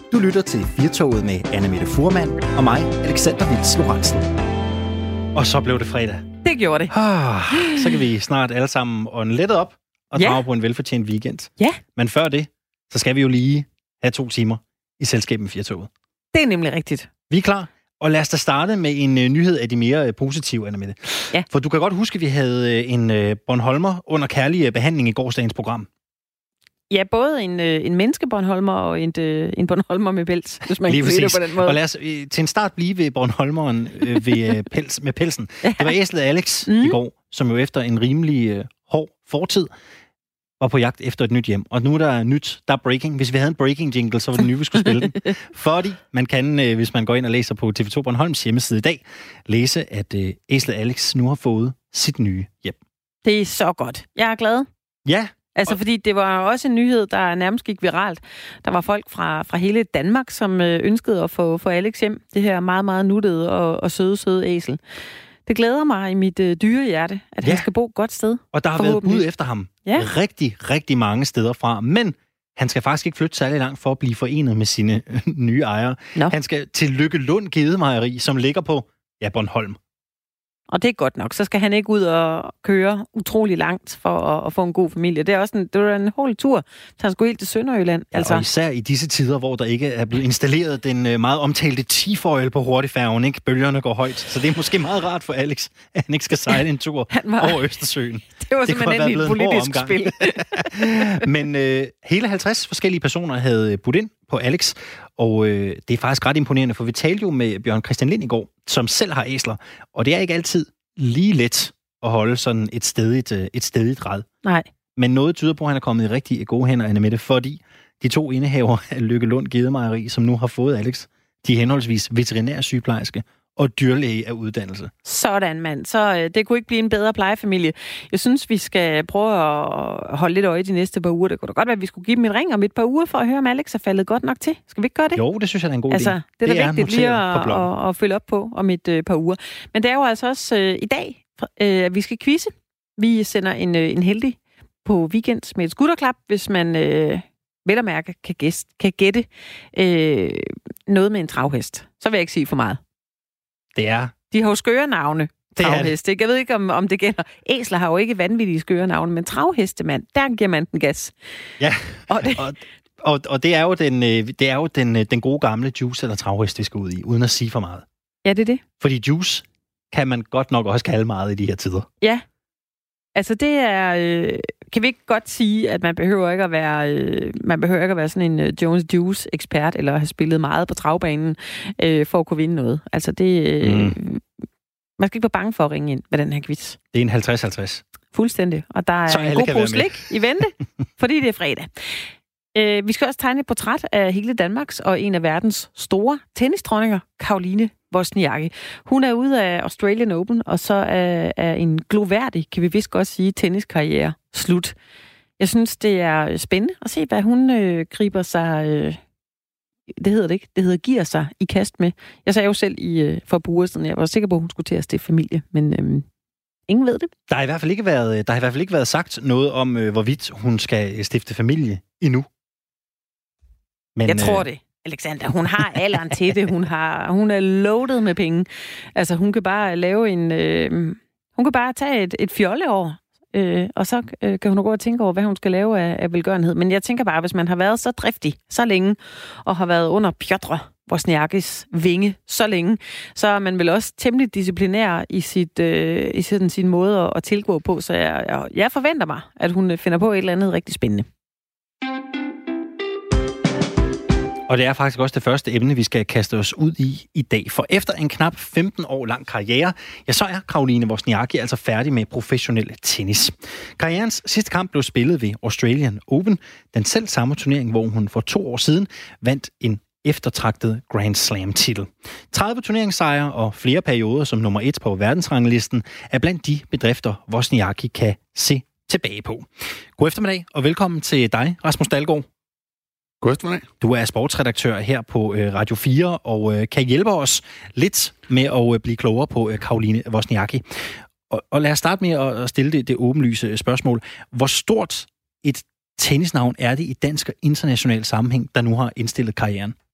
Du lytter til Firtoget med Anne-Mette Fuhrmann og mig, Alexander Vils Lorentzen. Og så blev det fredag. Det gjorde det. Så kan vi snart alle sammen ånde lettet op og drage på en velfortjent weekend. Ja. Men før det, så skal vi jo lige have 2 timer i selskab med Firtoget. Det er nemlig rigtigt. Vi er klar. Og lad os da starte med en nyhed af de mere positive, Anne-Mette. Ja. For du kan godt huske, at vi havde en Bornholmer under kærlig behandling i gårsdagens program. Ja, både en menneske-Bornholmer og en Bornholmer med pels, hvis man kan sige det på den måde. Og lad os til en start blive ved Bornholmeren med pelsen. Ja. Det var æslet Alex i går, som jo efter en rimelig hård fortid var på jagt efter et nyt hjem. Og nu er der nyt, der er breaking. Hvis vi havde en breaking jingle, så var det nye, vi skulle spille den. Fordi man kan, hvis man går ind og læser på TV2 Bornholms hjemmeside i dag, læse, at æslet Alex nu har fået sit nye hjem. Det er så godt. Jeg er glad. Ja. Altså, fordi det var også en nyhed, der nærmest gik viralt. Der var folk fra hele Danmark, som ønskede at få Alex hjem. Det her meget, meget nuttede og søde æsel. Det glæder mig i mit dyre hjerte, at han skal bo et godt sted. Og der har været bud efter ham rigtig, rigtig mange steder fra. Men han skal faktisk ikke flytte særlig langt for at blive forenet med sine nye ejere. No. Han skal til Lykkelund Gedemejeri, som ligger på Bornholm. Og det er godt nok. Så skal han ikke ud og køre utrolig langt for at få en god familie. Det er også en hård tur, så han skal gå helt til Sønderjylland. Ja, altså. Og især i disse tider, hvor der ikke er blevet installeret den meget omtalte T-foil på hurtigfærgen, ikke? Bølgerne går højt. Så det er måske meget rart for Alex, at han ikke skal sejle en tur over Østersøen. Det var simpelthen et politisk spil. Men hele 50 forskellige personer havde budt ind på Alex, og det er faktisk ret imponerende, for vi talte jo med Bjørn Christian Lind i går, som selv har æsler, og det er ikke altid lige let at holde sådan et stedigt rad. Nej. Men noget tyder på, at han er kommet i rigtig gode hænder, Anne-Mette, fordi de 2 indehaver af Lykkelund Gedemejeri, som nu har fået Alex, de er henholdsvis veterinærsygeplejerske og dyrlæge af uddannelse. Sådan, mand. Så det kunne ikke blive en bedre plejefamilie. Jeg synes, vi skal prøve at holde lidt øje de næste par uger. Det kunne da godt være, at vi skulle give dem en ring om et par uger, for at høre, om Alex er faldet godt nok til. Skal vi ikke gøre det? Jo, det synes jeg er en god idé. Altså, det er vigtigt lige at følge op på om et par uger. Men det er jo altså også i dag, at vi skal quizze. Vi sender en heldig på weekend med et skutterklap, hvis man vel at mærke kan gætte noget med en travhest. Så vil jeg ikke sige for meget. Det er. De har jo skøre navne, travheste. Jeg ved ikke, om det gælder. Æsler har jo ikke vanvittige skøre navne, men travheste, mand, der giver man den gas. Ja, og det er jo den gode gamle juice eller travhest, vi skal ud i, uden at sige for meget. Ja, det er det. Fordi juice kan man godt nok også kalde meget i de her tider. Ja. Altså det er, kan vi ikke godt sige, at man behøver ikke at være sådan en Jones Juice ekspert eller have spillet meget på travbanen for at kunne vinde noget. Altså det, man skal ikke være bange for at ringe ind med den her quiz. Det er en 50-50. Fuldstændig. Og der er en god pose slik i vente, fordi det er fredag. Vi skal også tegne et portræt af hele Danmarks og en af verdens store tennisdronninger, Caroline Wozniacki. Hun er ude af Australian Open, og så er en gloværdig, kan vi vist godt sige, tenniskarriere slut. Jeg synes, det er spændende at se, hvad hun griber sig... det hedder det ikke. Det hedder giver sig i kast med. Jeg sagde jo selv for buer siden, jeg var sikker på, at hun skulle til at stifte familie, men ingen ved det. Der har i hvert fald ikke været sagt noget om, hvorvidt hun skal stifte familie endnu. Men, jeg tror det, Alexander. Hun har alderen til det. Hun er loaded med penge. Altså, hun kan bare lave hun kan bare tage et fjolleår, og så kan hun gå og tænke over, hvad hun skal lave af velgørenhed. Men jeg tænker bare, hvis man har været så driftig så længe, og har været under Piotr Wozniackis vinge så længe, så er man vel også temmelig disciplinær i sin måde at tilgå på. Så jeg forventer mig, at hun finder på et eller andet rigtig spændende. Og det er faktisk også det første emne, vi skal kaste os ud i dag. For efter en knap 15 år lang karriere, ja, så er Caroline Wozniacki altså færdig med professionel tennis. Karrierens sidste kamp blev spillet ved Australian Open, den selv samme turnering, hvor hun for 2 år siden vandt en eftertragtet Grand Slam-titel. 30 turneringssejre og flere perioder som nummer 1 på verdensranglisten er blandt de bedrifter, Wozniacki kan se tilbage på. God eftermiddag og velkommen til dig, Rasmus Dalgaard. God eftermiddag. Du er sportsredaktør her på Radio 4 og kan hjælpe os lidt med at blive klogere på Caroline Wozniacki. Og lad os starte med at stille det åbenlyse spørgsmål. Hvor stort et tennisnavn er det i dansk og international sammenhæng, der nu har indstillet karrieren?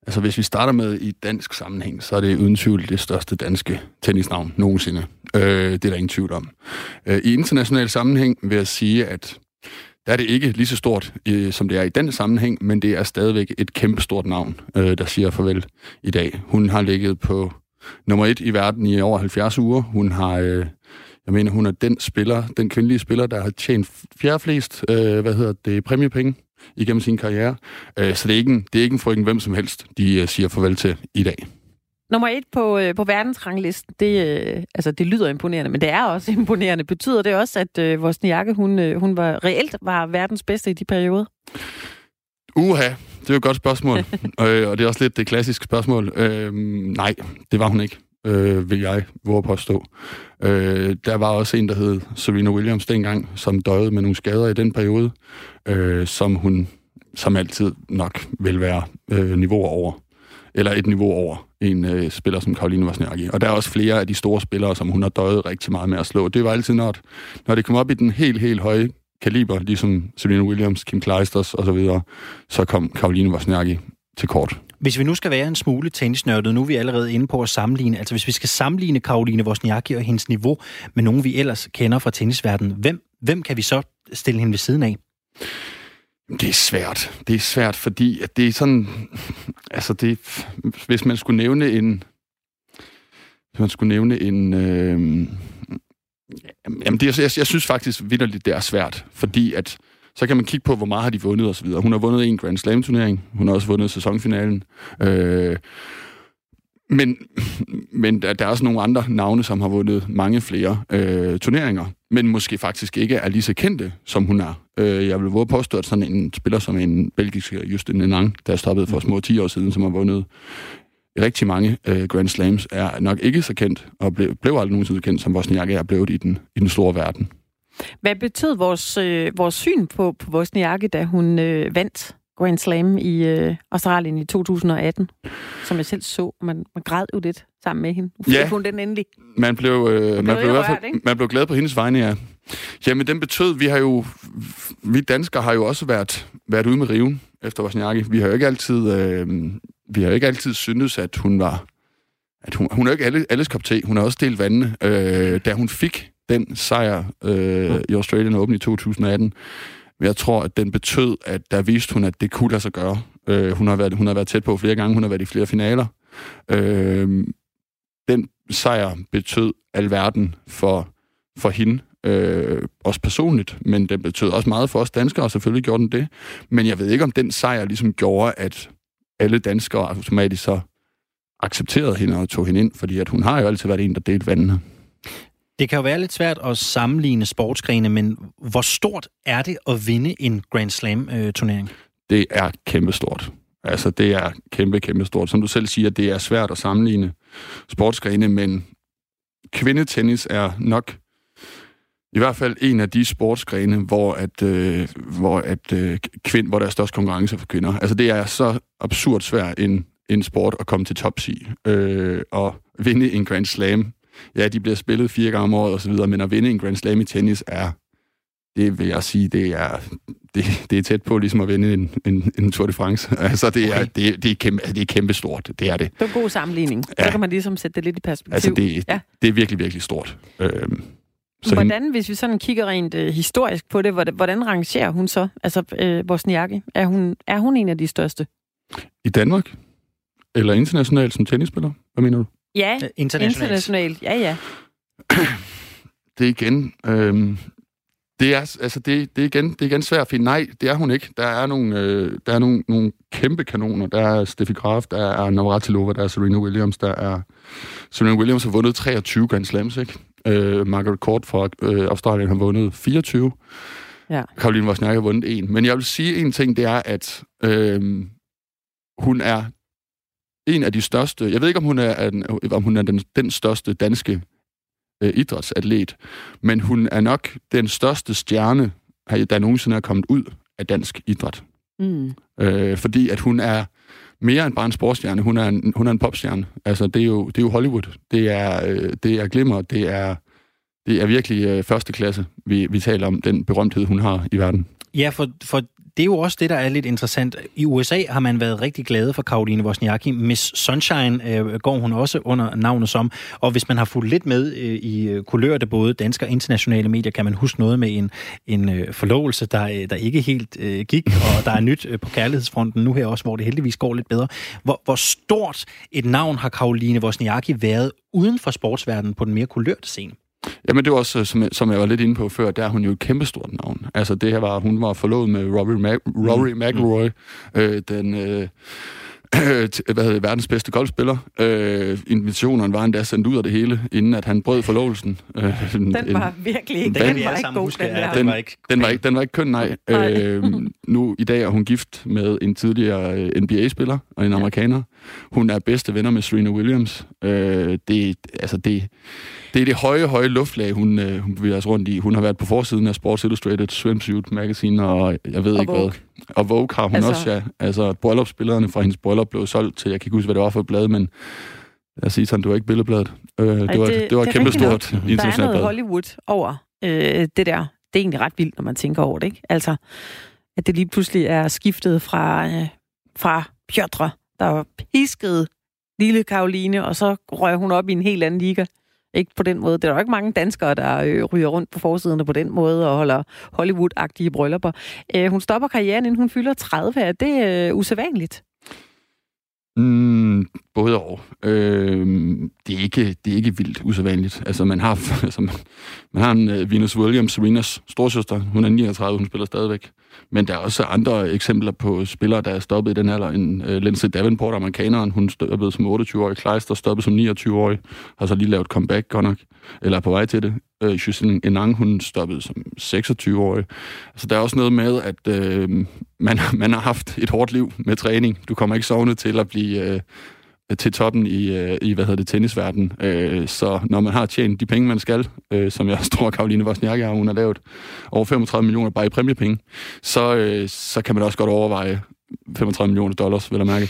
Altså, hvis vi starter med i dansk sammenhæng, så er det uden tvivl det største danske tennisnavn nogensinde. Det er der ingen tvivl om. I international sammenhæng vil jeg sige, at der er det ikke lige så stort, som det er i den sammenhæng, men det er stadigvæk et kæmpestort navn, der siger farvel i dag. Hun har ligget på nummer 1 i verden i over 70 uger. Hun har, hun er den kvindelige spiller, der har tjent fjerdeflest, præmiepenge igennem sin karriere. Så det er ikke en frøken hvem som helst, de siger farvel til i dag. Nummer 1 på verdensranglisten, det lyder imponerende, men det er også imponerende. Betyder det også, at Wozniacki, hun var verdens bedste i de perioder? Det er jo et godt spørgsmål, og det er også lidt det klassiske spørgsmål. Nej, det var hun ikke, vil jeg våge påstå. Der var også en, der hed Serena Williams dengang, som døde med nogle skader i den periode, som hun som altid nok vil være niveauer over. Eller et niveau over en spiller som Caroline Wozniacki. Og der er også flere af de store spillere, som hun har døjet rigtig meget med at slå. Det var altid, når det kom op i den helt høje kaliber, ligesom Serena Williams, Kim Clijsters osv., så kom Caroline Wozniacki til kort. Hvis vi nu skal være en smule tennisnørdet, nu er vi allerede inde på at sammenligne, altså hvis vi skal sammenligne Caroline Wozniacki og hendes niveau med nogen, vi ellers kender fra tennisverdenen, hvem kan vi så stille hende ved siden af? Det er svært. Det er svært, fordi at det er sådan... Altså, hvis man skulle nævne en... Jeg synes faktisk vitterligt, det er svært, fordi at så kan man kigge på, hvor meget har de vundet osv. Hun har vundet en Grand Slam-turnering. Hun har også vundet sæsonfinalen. Men der er også nogle andre navne, som har vundet mange flere turneringer, men måske faktisk ikke er lige så kendte, som hun er. Jeg vil våge påstå, at sådan en spiller som en belgisk Justin Nenang, der stoppede for små 10 år siden, som har vundet rigtig mange Grand Slams, er nok ikke så kendt, og blev aldrig nogensinde kendt, som Wozniacki er blevet i den store verden. Hvad betød vores syn på Wozniacki, da hun vandt Grand Slam i Australien i 2018, som jeg selv så, man græd jo lidt sammen med hende. Ja, hun den endelig. Man blev glad på hendes vegne, ja. Jamen, den betød, vi danskere har jo også været ude med riven efter Wozniacki. Vi har jo ikke altid syntes, at hun er jo ikke alles kop te. Hun har også delt vandene. Da hun fik den sejr i Australian Open i 2018, jeg tror, at den betød, at der viste hun, at det kunne lade sig gøre. Hun har været tæt på flere gange. Hun har været i flere finaler. Den sejr betød alverden for hende. Også personligt, men den betød også meget for os danskere, og selvfølgelig gjorde den det. Men jeg ved ikke, om den sejr ligesom gjorde, at alle danskere automatisk så accepterede hende og tog hende ind, fordi at hun har jo altid været en, der delte vandene. Det kan jo være lidt svært at sammenligne sportsgrene, men hvor stort er det at vinde en Grand Slam-turnering? Det er kæmpestort. Altså, det er kæmpestort. Som du selv siger, det er svært at sammenligne sportsgrene, men kvindetennis er nok i hvert fald en af de sportsgrene, hvor der er størst konkurrence for kvinder. Altså, det er så absurd svært en sport at komme til tops i. Og vinde en Grand Slam. Ja, de bliver spillet 4 gange om året og så videre, men at vinde en Grand Slam i tennis det vil jeg sige, det er tæt på ligesom at vinde en Tour de France. Altså, det er kæmpestort. Det er det. Det er en god sammenligning. Ja. Så kan man ligesom sætte det lidt i perspektiv. Altså, det er virkelig, virkelig stort. Hvis vi sådan kigger rent historisk på det, hvordan rangerer hun så? Altså, Wozniacki, er hun en af de største? I Danmark? Eller internationalt som tennisspiller? Hvad mener du? Ja, internationalt. Ja. Det er igen... Det er igen svært at finde. Nej, det er hun ikke. Der er nogle kæmpe kanoner. Der er Steffi Graf, der er Navratilova, der er Serena Williams, Serena Williams har vundet 23 Grand Slams, ikke? Margaret Court fra Australien har vundet 24. Ja. Caroline Wozniacki har vundet 1. Men jeg vil sige en ting, det er, at hun er en af de største... Jeg ved ikke, om hun er den største danske idrætsatlet, men hun er nok den største stjerne, der nogensinde er kommet ud af dansk idræt. Fordi at hun er mere end bare en sportsstjerne. Hun er en popstjerne. Altså, det er jo Hollywood. Det er glimmer. Det er virkelig første klasse, vi taler om, den berømthed, hun har i verden. Ja, for det er jo også det, der er lidt interessant. I USA har man været rigtig glade for Caroline Wozniacki. Miss Sunshine går hun også under navnet som. Og hvis man har fulgt lidt med i kulørte både danske og internationale medier, kan man huske noget med en forlovelse, der ikke helt gik, og der er nyt på kærlighedsfronten nu her også, hvor det heldigvis går lidt bedre. Hvor stort et navn har Caroline Wozniacki været uden for sportsverdenen på den mere kulørte scene? Jamen det var også, som jeg var lidt inde på før, der er hun jo et kæmpestort navn. Altså det her var, hun var forlovet med Rory McIlroy, verdens bedste golfspiller. Invitationerne var endda sendt ud af det hele, inden at han brød forlovelsen. Den var virkelig ikke, den var ikke god. Den var ikke køn, nej. Nu i dag er hun gift med en tidligere NBA-spiller og en amerikaner. Hun er bedste venner med Serena Williams. Det er det høje luftlag, hun bevæger sig rundt i. Hun har været på forsiden af Sports Illustrated Swimsuit Magazine, og jeg ved ikke hvad. Og Vogue har hun også, ja. Altså, bryllupsbillederne fra hendes bryllup blev solgt til, jeg kan ikke huske, hvad det var for et blad, men jeg siger sådan, det var ikke billedbladet. Det var et kæmpestort internationalt blad. Der er noget Hollywood over det der. Det er egentlig ret vildt, når man tænker over det, ikke? Altså, at det lige pludselig er skiftet fra Piotr, der piskede lille Caroline, og så røg hun op i en helt anden liga. Ikke på den måde. Det er jo ikke mange danskere, der ryger rundt på forsiderne på den måde og holder Hollywood-agtige bryllupper. Hun stopper karrieren, inden hun fylder 30. Er det usædvanligt? Både og. Det er ikke vildt usædvanligt. Altså, man har en Venus Williams, Serenas storsøster. Hun er 39, hun spiller stadigvæk. Men der er også andre eksempler på spillere, der er stoppet i den alder. En Lindsay Davenport, amerikaneren, hun stoppede som 28-årig. Kleister stoppede som 29-årig. Har så lige lavet comeback, godt nok. Eller er på vej til det. Jocelyn Enang, hun stoppede som 26-årig. Altså, der er også noget med, at man har haft et hårdt liv med træning. Du kommer ikke sovende til at blive til toppen i tennisverdenen. Så når man har tjent de penge, man skal, som jeg tror, Caroline Wozniacki har, hun har lavet over 35 millioner bare i præmiepenge, så kan man også godt overveje $35 millioner, vil jeg mærke.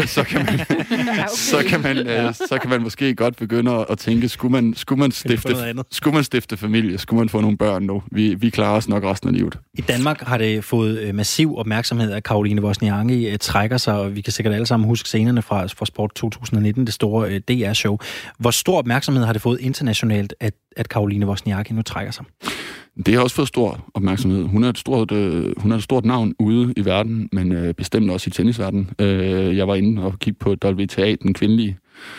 Så kan man måske godt begynde at tænke, skulle man stifte familie? Skulle man få nogle børn nu? Vi klarer os nok resten af livet. I Danmark har det fået massiv opmærksomhed, at Caroline Wozniacki trækker sig, og vi kan sikkert alle sammen huske scenerne fra Sport 2019, det store DR-show. Hvor stor opmærksomhed har det fået internationalt, at Caroline Wozniacki nu trækker sig? Det har også fået stor opmærksomhed. Hun er et stort navn ude i verden, men bestemt også i tennisverdenen. Jeg var inde og kigge på WTA, den kvindelige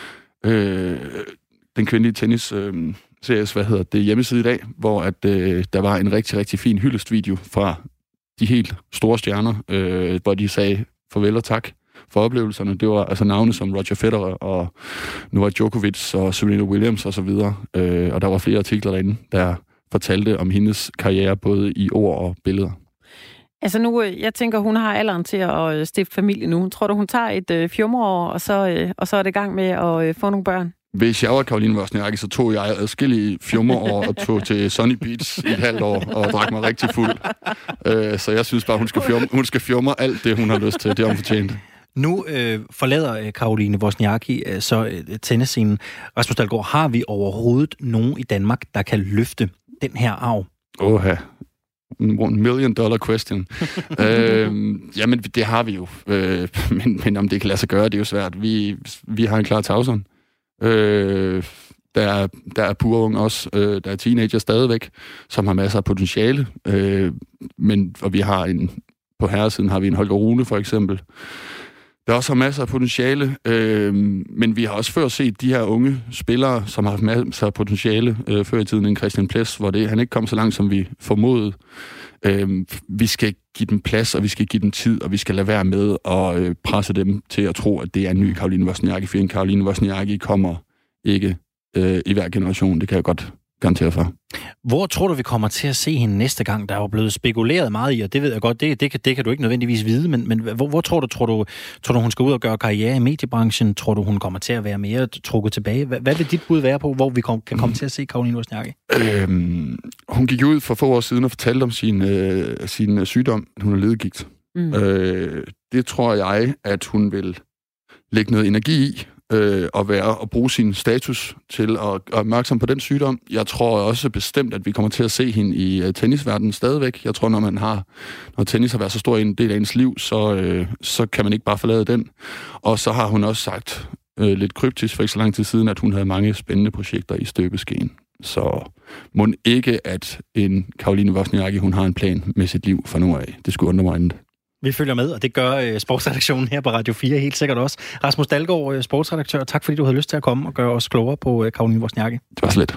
tennis series, hjemmeside i dag, hvor at der var en rigtig, rigtig fin hyldestvideo fra de helt store stjerner, hvor de sagde farvel og tak for oplevelserne. Det var altså navne som Roger Federer og Novak Djokovic og Serena Williams og så videre. Og der var flere artikler derinde, der fortalte om hendes karriere, både i ord og billeder. Altså nu, jeg tænker, hun har alderen til at stifte familie nu. Tror du, hun tager et fjumreår, og så er det i gang med at få nogle børn? Hvis jeg var Caroline Wozniacki, så tog jeg adskillige fjumreår og tog til Sunny Beach i et halvt år og drak mig rigtig fuld. Så jeg synes bare, hun skal fjumre alt det, hun har lyst til. Det er hun fortjent. Nu forlader Caroline Wozniacki så tennisscenen. Rasmus Dalgaard, har vi overhovedet nogen i Danmark, der kan løfte den her arv? $1 million question. Jamen, det har vi jo. Men om det kan lade sig gøre, det er jo svært. Vi har en klar Tauson. Der er purung også. Der er teenager stadigvæk, som har masser af potentiale. Og vi har på herresiden har vi en Holger Rune, for eksempel. Der også har masser af potentiale, men vi har også før set de her unge spillere, som har haft masser af potentiale før i tiden, en Christian Pless, hvor han ikke kom så langt, som vi formodede. Vi skal give dem plads, og vi skal give dem tid, og vi skal lade være med at presse dem til at tro, at det er en ny Caroline Wozniacki, for en Caroline Wozniacki kommer ikke i hver generation. Det kan jeg godt garantere for. Hvor tror du, vi kommer til at se hende næste gang? Der er jo blevet spekuleret meget i, og det ved jeg godt, det kan du ikke nødvendigvis vide, men hvor tror du, hun skal ud og gøre karriere i mediebranchen? Tror du, hun kommer til at være mere trukket tilbage? Hvad vil dit bud være på, hvor vi kan komme til at se Caroline Wozniacki? Hun gik ud for få år siden og fortalte om sin sygdom, at hun har ledegigt. Det tror jeg, at hun vil lægge noget energi i, at bruge sin status til at være opmærksom på den sygdom. Jeg tror også bestemt, at vi kommer til at se hende i tennisverdenen stadigvæk. Jeg tror, når tennis har været så stor en del af ens liv, så kan man ikke bare forlade den. Og så har hun også sagt lidt kryptisk for ikke så lang tid siden, at hun havde mange spændende projekter i støbeskeen. Så må ikke, at en Caroline Wozniacki, hun har en plan med sit liv fra nu af. Det skulle undre mig andet. Vi følger med, og det gør sportsredaktionen her på Radio 4 helt sikkert også. Rasmus Dalgaard, sportsredaktør, tak fordi du havde lyst til at komme og gøre os klogere på Caroline Wozniacki. Det var slet.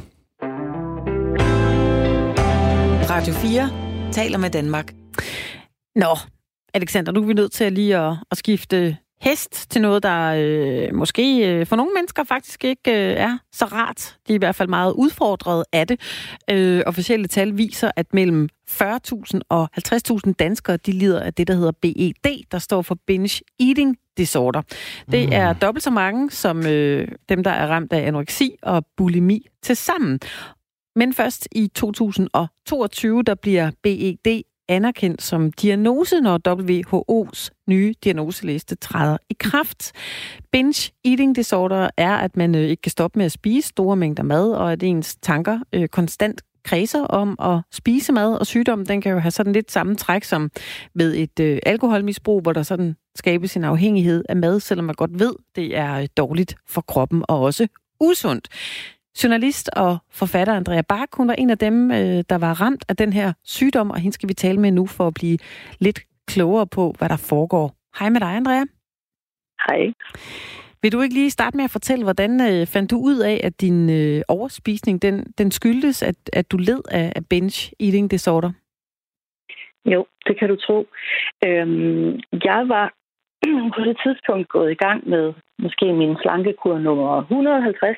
Radio 4 taler med Danmark. Nå, Alexander, nu er vi nødt til lige at skifte hest til noget, der måske for nogle mennesker faktisk ikke er så rart. De er i hvert fald meget udfordret af det. Officielle tal viser, at mellem 40.000 og 50.000 danskere, de lider af det, der hedder BED, der står for Binge Eating Disorder. Det er dobbelt så mange som dem, der er ramt af anoreksi og bulimi til sammen. Men først i 2022, der bliver BED anerkendt som diagnose, når WHO's nye diagnoseliste træder i kraft. Binge eating disorder er, at man ikke kan stoppe med at spise store mængder mad, og at ens tanker konstant kredser om at spise mad, og sygdommen, den kan jo have sådan lidt samme træk som ved et alkoholmisbrug, hvor der sådan skabes en afhængighed af mad, selvom man godt ved, det er dårligt for kroppen og også usundt. Journalist og forfatter Andrea Bach, hun var en af dem, der var ramt af den her sygdom, og hende skal vi tale med nu for at blive lidt klogere på, hvad der foregår. Hej med dig, Andrea. Hej. Vil du ikke lige starte med at fortælle, hvordan fandt du ud af, at din overspisning, den skyldtes, at du led af binge eating disorder? Jo, det kan du tro. Jeg var på det tidspunkt gået i gang med måske min slankekur nummer 150.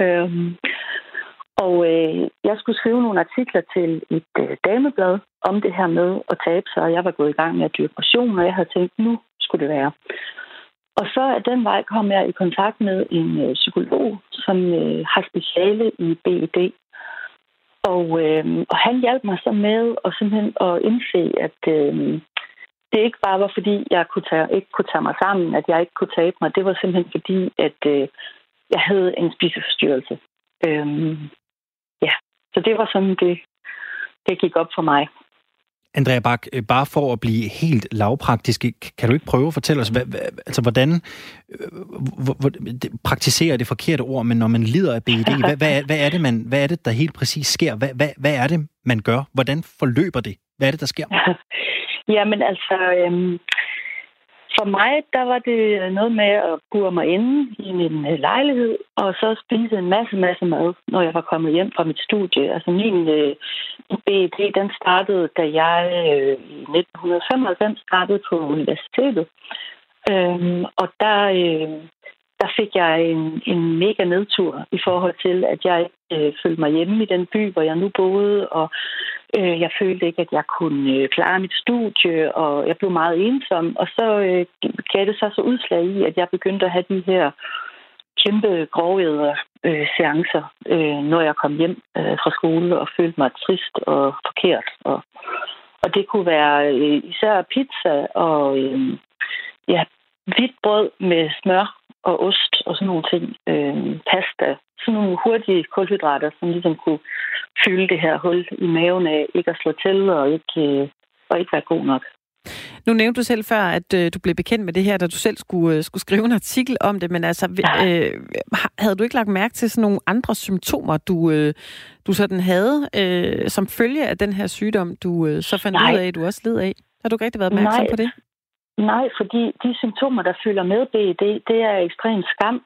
Jeg skulle skrive nogle artikler til et dameblad om det her med at tabe sig, og jeg var gået i gang med at dyrke motion, og jeg havde tænkt, nu skulle det være. Og så af den vej kom jeg i kontakt med en psykolog, som har speciale i BED. Og han hjalp mig så med at simpelthen at indse, at det ikke bare var, fordi jeg ikke kunne tage mig sammen, at jeg ikke kunne tabe mig. Det var simpelthen fordi, at jeg havde en spiseforstyrrelse. Så det var sådan, det gik op for mig. Andrea Bach, bare for at blive helt lavpraktisk, kan du ikke prøve at fortælle os, hvordan praktiserer det forkerte ord, men når man lider af BED, hvad er det, der helt præcis sker? Hvad er det, man gør? Hvordan forløber det? Hvad er det, der sker? Jamen altså, for mig, der var det noget med at bure mig inde i min lejlighed, og så spise en masse mad, når jeg var kommet hjem fra mit studie. Altså min BED, den startede, da jeg i 1995 startede på universitetet. Og der fik jeg en mega nedtur i forhold til, at jeg ikke følte mig hjemme i den by, hvor jeg nu boede, og jeg følte ikke, at jeg kunne klare mit studie, og jeg blev meget ensom. Og så gav det sig så udslag i, at jeg begyndte at have de her kæmpe grovede seancer, når jeg kom hjem fra skole og følte mig trist og forkert. Og det kunne være især pizza og hvidt brød med smør og ost og sådan nogle ting. Pasta. Sådan nogle hurtige kulhydrater, som ligesom kunne fylde det her hul i maven af ikke at slå til og ikke være god nok. Nu nævnte du selv før, at du blev bekendt med det her, da du selv skulle skrive en artikel om det, men altså, havde du ikke lagt mærke til sådan nogle andre symptomer, du sådan havde, som følge af den her sygdom, du så fandt ud af, at du også led af? Har du ikke rigtig været opmærksom på det? Nej, fordi de symptomer, der følger med BED, det er ekstrem skam.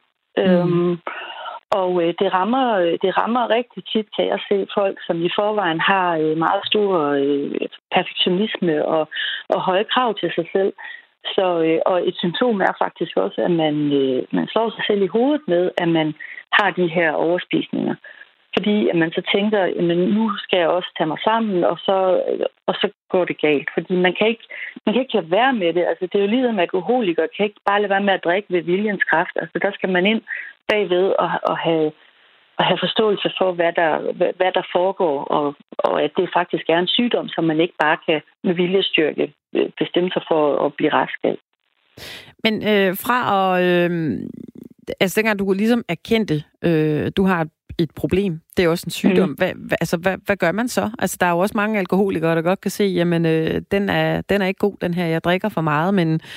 Og det rammer rigtig tit, kan jeg se, folk, som i forvejen har meget stor perfektionisme og høje krav til sig selv. Og et symptom er faktisk også, at man slår sig selv i hovedet med, at man har de her overspisninger. Fordi at man så tænker, at nu skal jeg også tage mig sammen, og så går det galt. Fordi man kan ikke lade være med det. Altså, det er jo lige med alkoholikere, kan ikke bare lade være med at drikke ved viljens kraft. Altså, der skal man ind bagved og have forståelse for, hvad der foregår, og at det faktisk er en sygdom, som man ikke bare kan med viljestyrke bestemme sig for at blive rask af. Men fra at altså dengang du ligesom erkendte, du har et problem, det er også en sygdom. Hvad gør man så? Altså, der er jo også mange alkoholikere, der godt kan se, jamen, den er ikke god, den her, jeg drikker for meget,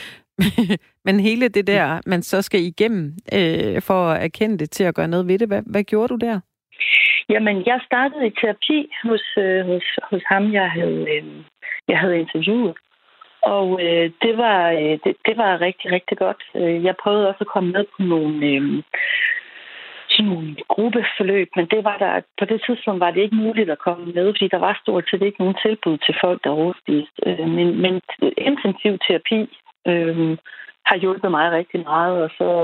men hele det der, man så skal igennem for at erkende det til at gøre noget ved det, hvad gjorde du der? Jamen, jeg startede i terapi hos ham, jeg havde interviewet. Og det var rigtig, rigtig godt. Jeg prøvede også at komme med på nogle gruppeforløb, men på det tidspunkt var det ikke muligt at komme med, fordi der var stort set ikke nogen tilbud til folk, der overspiste. Men intensiv terapi har hjulpet mig rigtig meget, og så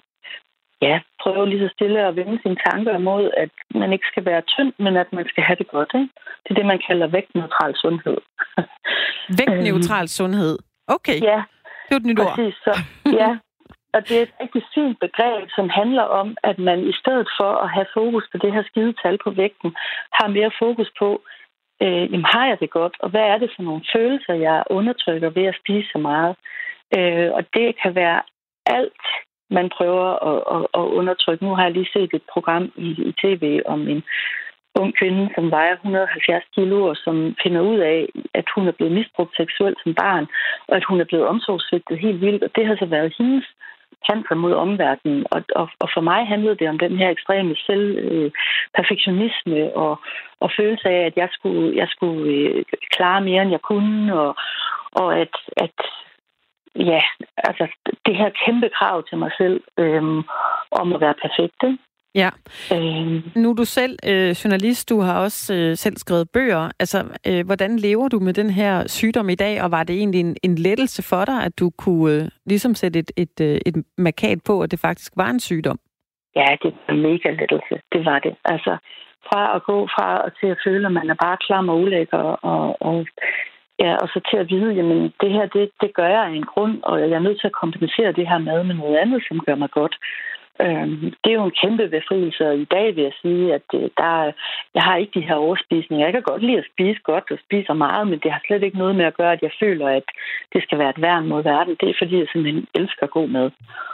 prøve lige så stille at vende sine tanker imod, at man ikke skal være tynd, men at man skal have det godt. Ikke? Det er det, man kalder vægtneutral sundhed. Vægtneutral sundhed? Okay. Ja. Det er et nyt ord. Præcis, så, ja. Og det er et rigtig fint begreb, som handler om, at man i stedet for at have fokus på det her skide tal på vægten, har mere fokus på, jamen har jeg det godt, og hvad er det for nogle følelser, jeg undertrykker ved at spise så meget. Og det kan være alt, man prøver at undertrykke. Nu har jeg lige set et program i tv om en ung kvinde, som vejer 170 kilo, og som finder ud af, at hun er blevet misbrugt seksuelt som barn, og at hun er blevet omsorgssvigtet helt vildt. Og det har så været hendes kamp mod omverdenen. Og for mig handlede det om den her ekstreme perfektionisme og følelse af, at jeg skulle klare mere, end jeg kunne, og at altså det her kæmpe krav til mig selv om at være perfekt. Ja. Nu er du selv journalist, du har også selv skrevet bøger. Altså, hvordan lever du med den her sygdom i dag, og var det egentlig en lettelse for dig, at du kunne ligesom sætte et markat på, at det faktisk var en sygdom? Ja, det var en mega lettelse. Det var det. Altså, fra at gå fra og til at føle, at man er bare klam og ulækker, og så til at vide, jamen det her, det gør jeg af en grund, og jeg er nødt til at kompensere det her med noget andet, som gør mig godt. Det er jo en kæmpe befrielse, og i dag vil jeg sige, at jeg har ikke de her overspisninger. Jeg kan godt lide at spise godt og spiser meget, men det har slet ikke noget med at gøre, at jeg føler, at det skal være et værn mod verden. Det er fordi, jeg simpelthen elsker god mad.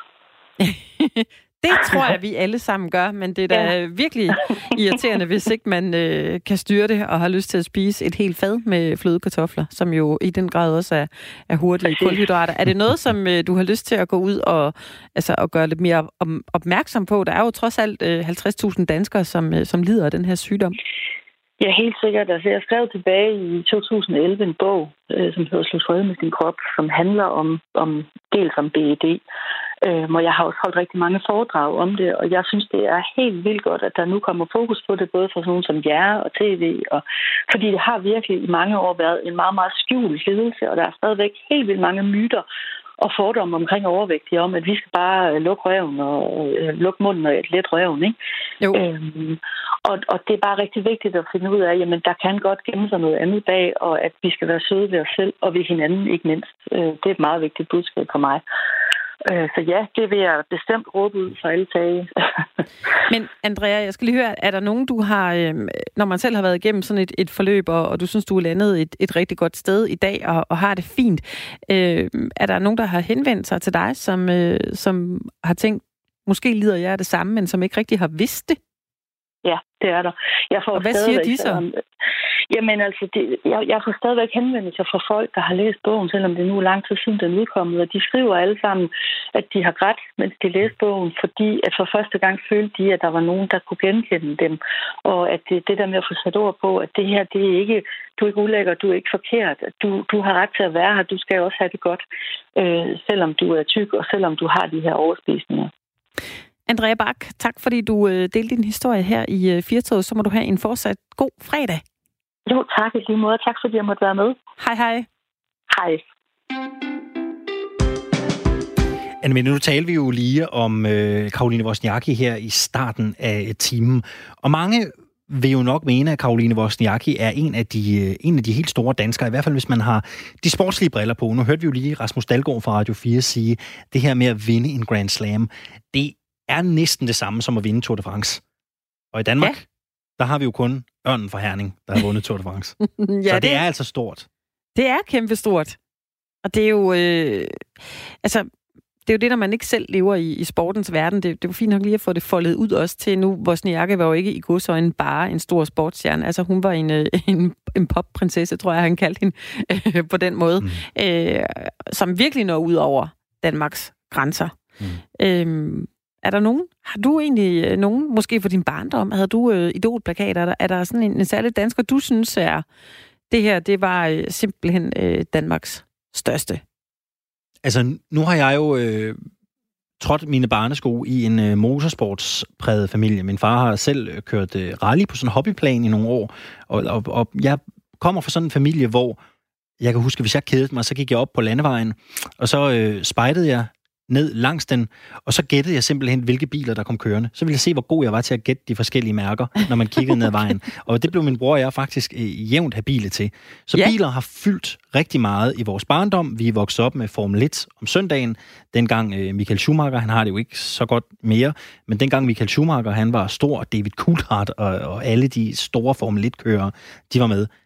Det tror jeg, vi alle sammen gør, men det er da virkelig irriterende, hvis ikke man kan styre det og har lyst til at spise et helt fad med flødekartofler, som jo i den grad også er hurtige kulhydrater. Er det noget, som du har lyst til at gå ud og gøre lidt mere opmærksom på? Der er jo trods alt 50.000 danskere, som lider af den her sygdom. Ja, helt sikkert. Altså, jeg skrev tilbage i 2011 en bog, som hedder Slut fred med din krop, som handler om dels om BED. Og jeg har også holdt rigtig mange foredrag om det, og jeg synes, det er helt vildt godt, at der nu kommer fokus på det, både for sådan nogen som jer og tv, og fordi det har virkelig i mange år været en meget, meget skjult lidelse, og der er stadigvæk helt vildt mange myter og fordomme omkring overvægtige om, at vi skal bare lukke røven og lukke munden og let røven, ikke? Jo. Og det er bare rigtig vigtigt at finde ud af, jamen der kan godt gemme sig noget andet bag, og at vi skal være søde ved os selv og ved hinanden, ikke mindst. Det er et meget vigtigt budskab for mig. Så ja, det vil jeg bestemt råbe ud for alle tage. Men Andrea, jeg skal lige høre, er der nogen, du har, når man selv har været igennem sådan et forløb, og du synes, du er landet et rigtig godt sted i dag, og har det fint, er der nogen, der har henvendt sig til dig, som har tænkt, måske lider jeg af det samme, men som ikke rigtig har vidst det? Ja, det er der. Og hvad siger de så? Jamen altså, jeg får stadigvæk henvendelser fra folk, der har læst bogen, selvom det nu er lang tid siden den er udkommet, og de skriver alle sammen, at de har grædt, mens de læste bogen, fordi at for første gang følte de, at der var nogen, der kunne genkende dem, og at det der med at få sat ord på, at det her, det er ikke, du er ikke ulækker, du er ikke forkert, du har ret til at være her, du skal også have det godt, selvom du er tyk, og selvom du har de her overspisninger. Andrea Bak, tak fordi du delte din historie her i Firtoget. Så må du have en fortsat god fredag. Jo, tak i lige måde. Tak fordi jeg måtte være med. Hej, hej. Hej. Men nu talte vi jo lige om Caroline Wozniacki her i starten af timen. Og mange vil jo nok mene, at Caroline Wozniacki er en af de helt store danskere, i hvert fald hvis man har de sportslige briller på. Nu hørte vi jo lige Rasmus Dalgaard fra Radio 4 sige, det her med at vinde en Grand Slam, det er næsten det samme som at vinde Tour de France. Og i Danmark, der har vi jo kun Ørnen fra Herning, der har vundet Tour de France. Så det er altså stort. Det er kæmpestort. Og det er jo... det er jo det, når man ikke selv lever i sportens verden. Det var fint nok lige at få det foldet ud også til nu. Wozniacki var jo ikke i godsøjne bare en stor sportsstjerne. Altså hun var en popprinsesse, tror jeg, han kaldte hende på den måde. Som virkelig når ud over Danmarks grænser. Er der nogen? Har du egentlig nogen, måske for din barndom, havde du idolplakater? Er der sådan en særlig dansker, du synes er, det her, det var simpelthen Danmarks største? Altså, nu har jeg jo trådt mine barnesko i en motorsportspræget familie. Min far har selv kørt rally på sådan en hobbyplan i nogle år, og jeg kommer fra sådan en familie, hvor jeg kan huske, hvis jeg kedede mig, så gik jeg op på landevejen, og så spejdede jeg ned langs den, og så gættede jeg simpelthen, hvilke biler, der kom kørende. Så ville jeg se, hvor god jeg var til at gætte de forskellige mærker, når man kiggede ned ad vejen. Og det blev min bror og jeg faktisk jævnt habile til. Så biler har fyldt rigtig meget i vores barndom. Vi er vokset op med Formel 1 om søndagen. Dengang Michael Schumacher, han har det jo ikke så godt mere, men dengang Michael Schumacher, han var stor, og David Coulthard og alle de store Formel 1-kørere, de var med.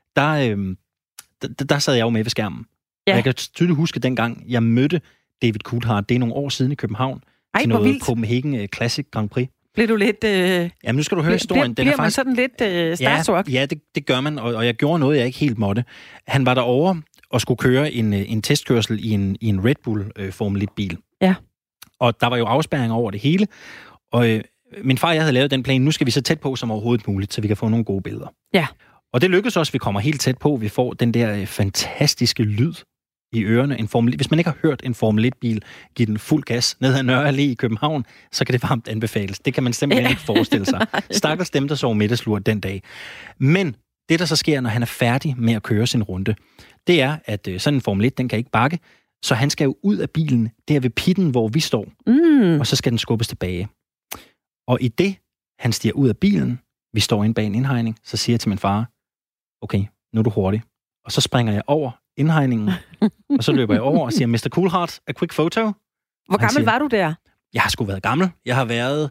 Der sad jeg jo med ved skærmen. Ja. Jeg kan tydeligt huske, dengang jeg mødte David Coulthard, det er nogle år siden i København, til noget Copenhagen Classic Grand Prix. Bliver du lidt... Jamen, nu skal du høre historien. Bliver man sådan lidt starstruck? Ja, det gør man, og jeg gjorde noget, jeg ikke helt måtte. Han var derovre og skulle køre en testkørsel i en Red Bull Formel 1-bil. Ja. Og der var jo afspærringer over det hele, og min far og jeg havde lavet den plan, nu skal vi så tæt på som overhovedet muligt, så vi kan få nogle gode billeder. Ja. Og det lykkedes også, vi kommer helt tæt på, vi får den der fantastiske lyd i ørerne. Hvis man ikke har hørt en Formel 1-bil give den fuld gas ned ad Nørre Allé i København, så kan det varmt anbefales. Det kan man simpelthen ikke forestille sig. Stakkels dem, der sov middagslur den dag. Men det, der så sker, når han er færdig med at køre sin runde, det er, at sådan en Formel 1, den kan ikke bakke, så han skal jo ud af bilen, der ved pitten, hvor vi står, og så skal den skubbes tilbage. Og i det, han stiger ud af bilen, vi står inde bag en indhegning, så siger jeg til min far, okay, nu er du hurtig. Og så springer jeg over indhegningen, og så løber jeg over og siger, Mr. Coulthard, a quick photo. Hvor gammel var du der? Jeg har sgu været gammel. Jeg har været...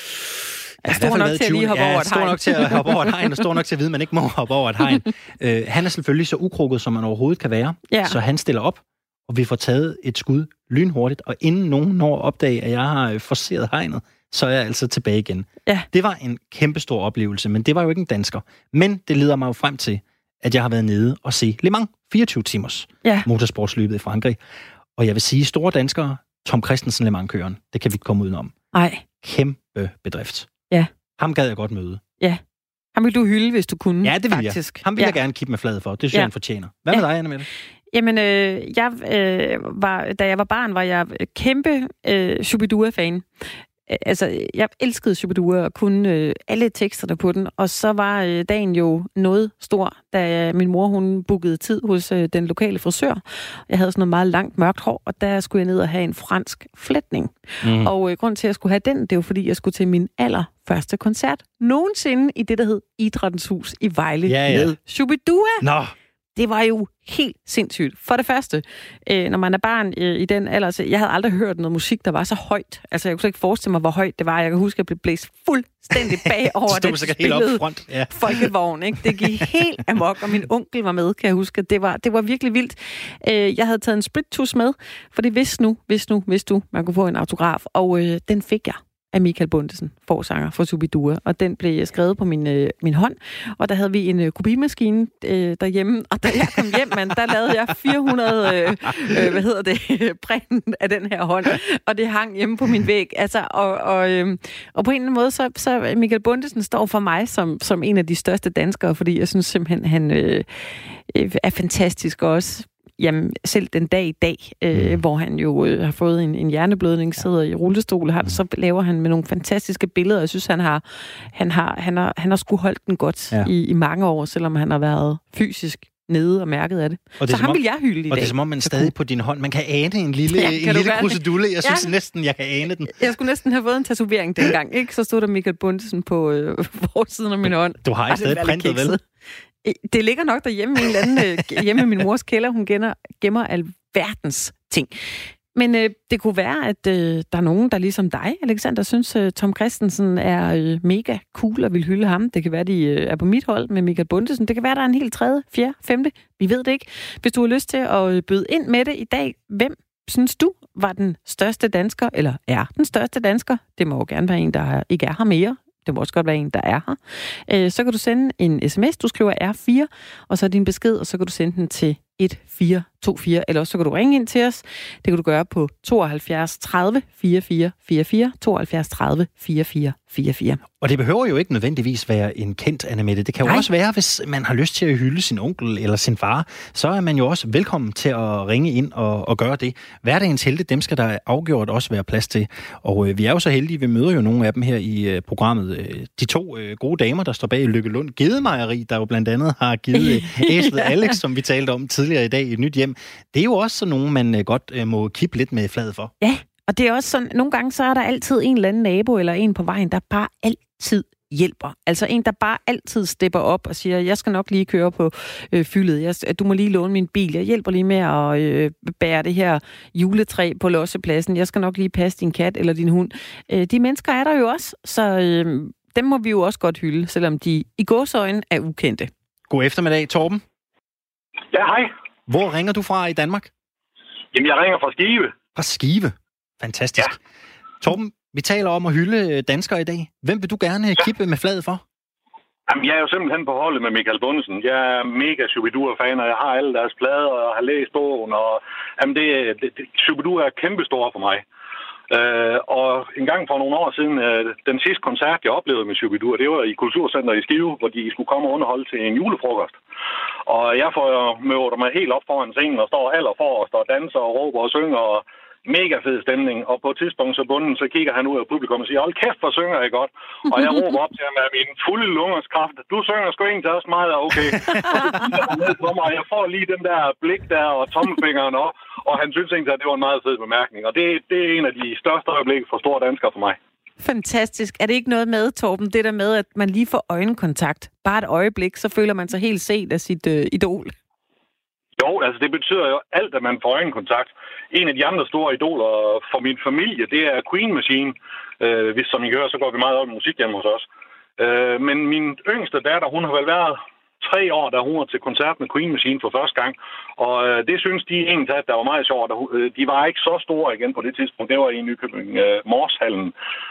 Stor nok til at lige hoppe over et hegn. Stor nok til at hoppe over et hegn, og stor nok til at vide, at man ikke må hoppe over et hegn. Han er selvfølgelig så ukrukket, som man overhovedet kan være. Ja. Så han stiller op, og vi får taget et skud lynhurtigt, og inden nogen når opdage, at jeg har forceret hegnet, så er jeg altså tilbage igen. Ja. Det var en kæmpestor oplevelse, men det var jo ikke en dansker. Men det leder mig jo frem til, at jeg har været nede og se Le Mans 24 timers motorsportsløbet i Frankrig. Og jeg vil sige, store danskere, Tom Kristensen Le Mans-køren, det kan vi ikke komme udenom. Nej. Kæmpe bedrift. Ja. Ham gad jeg godt møde. Ja. Ham vil du hylde, hvis du kunne. Ja, det vil jeg. Ham vil jeg gerne kippe med fladet for. Det synes jeg, han fortjener. Hvad med dig, Anne-Mette? Jamen, da jeg var barn, var jeg kæmpe Shubidua-fan. Altså, jeg elskede Shubidua og kunne alle teksterne på den, og så var dagen jo noget stor, da min mor, hun bookede tid hos den lokale frisør. Jeg havde sådan noget meget langt mørkt hår, og der skulle jeg ned og have en fransk flætning. Og grund til, at jeg skulle have den, det var, fordi jeg skulle til min allerførste koncert nogensinde i det, der hed Idrættens Hus i Vejle med Shubidua. Nå. Det var jo helt sindssygt. For det første, når man er barn i den alder, så jeg havde aldrig hørt noget musik, der var så højt. Altså, jeg kunne ikke forestille mig, hvor højt det var. Jeg kan huske, at jeg blev blæst fuldstændig bagover den spillede folkevogn. Ikke? Det gik helt amok, og min onkel var med, kan jeg huske. Det var virkelig vildt. Jeg havde taget en sprittus med, for det hvis nu, man kunne få en autograf, og den fik jeg af Michael Bundesen, forsanger for Shubidua, og den blev skrevet på min hånd, og der havde vi en kopimaskine derhjemme, og da jeg kom hjem, der lavede jeg 400 print af den her hånd, og det hang hjemme på min væg. Altså, og på en eller anden måde, så Michael Bundesen står for mig som en af de største danskere, fordi jeg synes simpelthen, han er fantastisk også. Jamen, selv den dag i dag, hvor han jo har fået en hjerneblødning, sidder i rullestol, så laver han med nogle fantastiske billeder. Jeg synes, han har sgu holdt den godt i mange år, selvom han har været fysisk nede og mærket af det. Så ham vil jeg hylde i dag. Og det er som om, man stadig på din hånd, man kan ane en lille krusedulle. Jeg synes næsten, jeg kan ane den. Jeg skulle næsten have fået en tatovering dengang, ikke? Så stod der Michael Bundesen på forsiden af min hånd. Du har ikke stadig printet, vel? Det ligger nok derhjemme i en eller anden, hjemme i min mors kælder. Hun gemmer alverdens ting. Men det kunne være, at der er nogen, der ligesom dig, Alexander, synes, Tom Kristensen er mega cool og vil hylde ham. Det kan være, de er på mit hold med Michael Bundesen. Det kan være, der er en helt 3., 4., 5. Vi ved det ikke. Hvis du har lyst til at byde ind med det i dag, hvem synes du var den største dansker, eller er den største dansker? Det må jo gerne være en, der ikke er her mere. Det må også godt være en, der er her. Så kan du sende en sms, du skriver R4, og så din besked, og så kan du sende den til 1424, eller også så kan du ringe ind til os. Det kan du gøre på 72 30 44 44, 72 30 44 44. Og det behøver jo ikke nødvendigvis være en kendt Anne-Mette. Det kan jo også være, hvis man har lyst til at hylde sin onkel eller sin far, så er man jo også velkommen til at ringe ind og gøre det. Hverdagens helte, dem skal der afgjort også være plads til. Og vi er jo så heldige, vi møder jo nogle af dem her i programmet. De to gode damer, der står bag Lykkelund Gedemejeri, der jo blandt andet har givet æslet Alex, som vi talte om tidligere i dag, i et nyt hjem. Det er jo også sådan nogen, man godt må kippe lidt med fladet for. Ja, og det er også sådan, nogle gange så er der altid en eller anden nabo eller en på vejen, der bare altid hjælper. Altså en, der bare altid stepper op og siger, jeg skal nok lige køre på fyldet. Du må lige låne min bil. Jeg hjælper lige med at bære det her juletræ på lossepladsen. Jeg skal nok lige passe din kat eller din hund. De mennesker er der jo også, så dem må vi jo også godt hylde, selvom de i gåseøjne er ukendte. God eftermiddag, Torben. Ja, hej. Hvor ringer du fra i Danmark? Jamen, jeg ringer fra Skive. Fra Skive? Fantastisk. Ja. Torben, vi taler om at hylde danskere i dag. Hvem vil du gerne kippe med fladet for? Jamen, jeg er jo simpelthen på holdet med Michael Bundesen. Jeg er mega Shubidua-fan, og jeg har alle deres plader, og har læst bogen, og jamen, Shubidua er kæmpestor for mig. Og en gang for nogle år siden, den sidste koncert, jeg oplevede med Shubidua, det var i Kulturcenteret i Skive, hvor de skulle komme og underholde til en julefrokost. Og jeg får møder mig helt op foran scenen og står allerforrest og danser og råber og synger, og mega fed stemning. Og på et tidspunkt så kigger han ud af publikum og siger, hold kæft, hvor synger jeg godt. Og jeg råber op til ham med min fulde lungers kraft, du synger sgu egentlig også meget, okay. Og så kigger han ned på mig, og jeg får lige den der blik der og tommelfingeren op, og han synes egentlig, at det var en meget fed bemærkning. Og det er en af de største øjeblikke for store danskere for mig. Fantastisk. Er det ikke noget med, Torben, det der med, at man lige får øjenkontakt? Bare et øjeblik, så føler man sig helt set af sit idol. Jo, altså det betyder jo alt, at man får øjenkontakt. En af de andre store idoler for min familie, det er Queen Machine. Hvis som I hører, så går vi meget op i musik hjemme hos os. Men min yngste datter, hun har vel været 3 år, da hun var til koncert med Queen Machine for første gang. Og det synes de egentlig, at der var meget sjovt. De var ikke så store igen på det tidspunkt. Det var i Nykøbing Morshallen.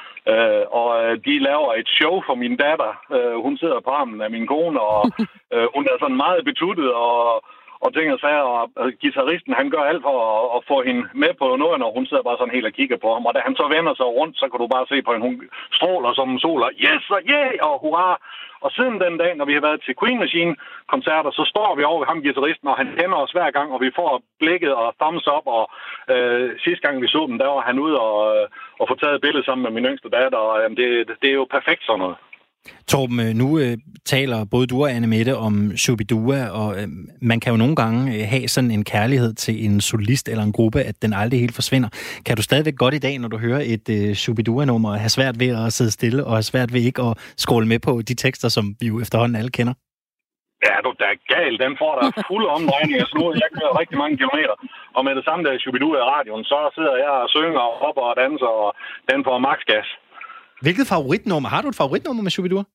Og de laver et show for min datter. Hun sidder på armen af min kone, og hun er sådan meget betuttet og ting og sager, og guitaristen, han gør alt for at få hende med på noget, når hun sidder bare sådan helt og kigger på ham. Og da han så vender sig rundt, så kan du bare se på hende, hun stråler som en sol, og yes, og yeah, og hurra. Og siden den dag, når vi har været til Queen Machine-koncerter, så står vi over ved ham, guitaristen, og han kender os hver gang, og vi får blikket og thumbs up, og sidste gang vi så den, der var han ude og få taget et billede sammen med min yngste datter, og det er jo perfekt sådan noget. Torben, nu taler både du og Anne-Mette om Shubidua, og man kan jo nogle gange have sådan en kærlighed til en solist eller en gruppe, at den aldrig helt forsvinder. Kan du stadigvæk godt i dag, når du hører et Shubidua-nummer, have svært ved at sidde stille og have svært ved ikke at scrolle med på de tekster, som vi jo efterhånden alle kender? Ja, du er gal. Den får der fuld omdrejning af snor. Jeg kører rigtig mange kilometer, og med det samme der Shubidua i radioen, så sidder jeg og synger og hopper og danser, og den får max gas. Hvilket favoritnummer? Har du et favoritnummer med Shubidua?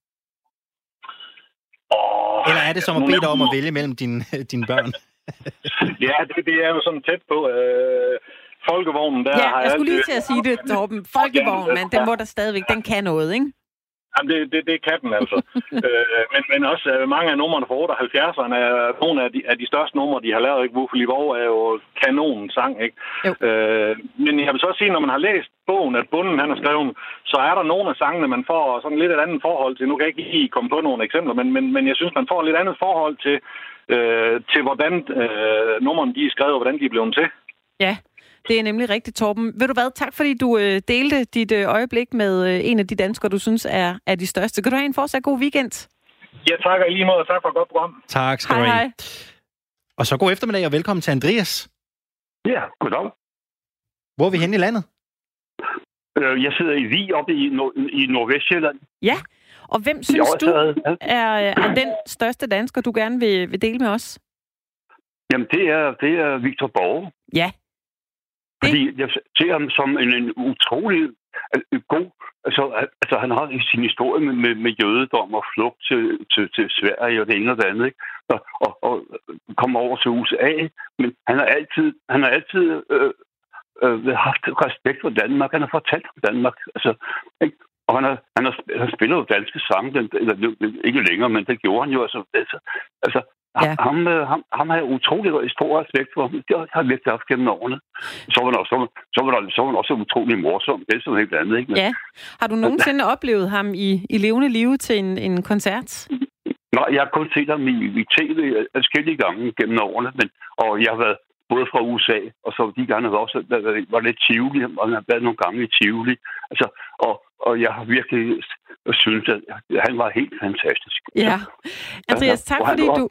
Eller er det som at bede dig om at vælge mellem dine børn? Ja, det er jo sådan tæt på. Folkevognen, der ja, jeg skulle lige til at sige det, Torben. Folkevognen, men den må der stadigvæk, den kan noget, ikke? Jamen, det kan den altså. men også mange af numrene fra 78'erne er nogle af de største numre, de har lavet. Ikke? Wuffeli Vov er jo kanon sang, ikke? Men jeg vil så sige, når man har læst bogen, at Bunden han har skrevet, så er der nogle af sangene, man får sådan lidt et andet forhold til. Nu kan jeg ikke lige komme på nogle eksempler, men jeg synes, man får et lidt andet forhold til hvordan numrene de er skrevet, og hvordan de er blevet til. Ja. Det er nemlig rigtigt, Torben. Ved du hvad? Tak, fordi du delte dit øjeblik med en af de danskere, du synes er de største. Kan du have en fortsat god weekend? Ja, tak og i lige måde. Tak for et godt program. Tak skal du have. Hej. Og så god eftermiddag og velkommen til Andreas. Ja, goddag. Hvor er vi henne i landet? Jeg sidder i Vig oppe i Nordvestjylland. Ja, og hvem synes du er den største dansker, du gerne vil dele med os? Jamen, det er Victor Borge. Ja. Fordi jeg ser ham som en utrolig god... Altså, han har sin historie med jødedom og flugt til Sverige og det ene og det andet, ikke? Og kommer over til USA. Men han har altid haft respekt for Danmark. Han har fortalt om Danmark. Altså, ikke? Og han spiller jo danske sange, eller ikke længere, men det gjorde han jo. Altså ja. Ham har jeg utrolig stor respekt for. Det har jeg virkelig haft gennem årene. Så var han også utrolig morsom. Det er sådan helt andet, ikke? Men, ja. Har du nogensinde oplevet ham i levende live til en koncert? Nej, jeg har kun set ham i tv forskellige gange gennem årene, og jeg har været både fra USA, og så de gange også var lidt Tivoli, og han har været nogle gange i Tivoli. Altså, og jeg har virkelig synes, at han var helt fantastisk. Ja. Andreas, tak fordi du...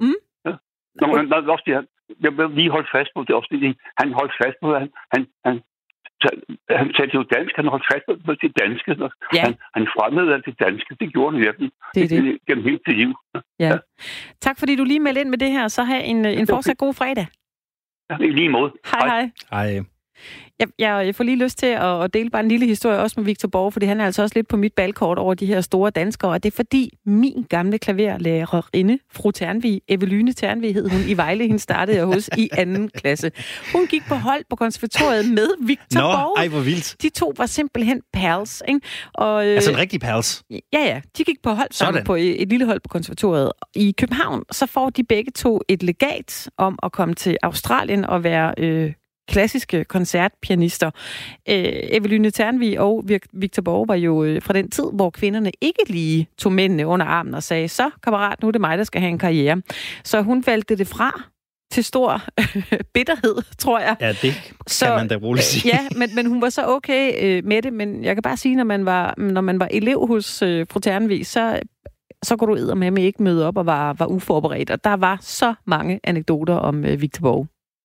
Jeg vil lige holde fast på det også. Han holdt fast på, at han talte jo dansk, han holdt fast på det danske. Ja. Han fremmede det danske, det gjorde han virkelig. Det. Gennem hele sit liv. Ja. Tak fordi du lige meldte ind med det her, så have en fortsat god fredag. Ja, i lige måde. Hej. Hej. Jeg får lige lyst til at dele bare en lille historie også med Victor Borge, fordi han er altså også lidt på mit balkort over de her store danskere, og det er fordi min gamle klaverlærerinde, fru Ternvig, Evelyne Ternvig hed hun i Vejle, hende startede jeg hos i 2. klasse. Hun gik på hold på konservatoriet med Victor Borge. Ej, hvor vildt. De to var simpelthen pals, ikke? Og, altså en rigtig pals? Ja. De gik på hold sammen på et lille hold på konservatoriet. I København, så får de begge to et legat om at komme til Australien og være... klassiske koncertpianister. Evelyne Ternvig og Victor Borge var jo fra den tid, hvor kvinderne ikke lige tog mændene under armen og sagde, så kammerat, nu er det mig, der skal have en karriere. Så hun valgte det fra til stor bitterhed, tror jeg. Ja, det kan man da roligt sige. Ja, men hun var så okay med det, men jeg kan bare sige, når man var elev hos fru Ternvig, så kunne du eddermame ikke møde op og var uforberedt. Og der var så mange anekdoter om Victor Borge.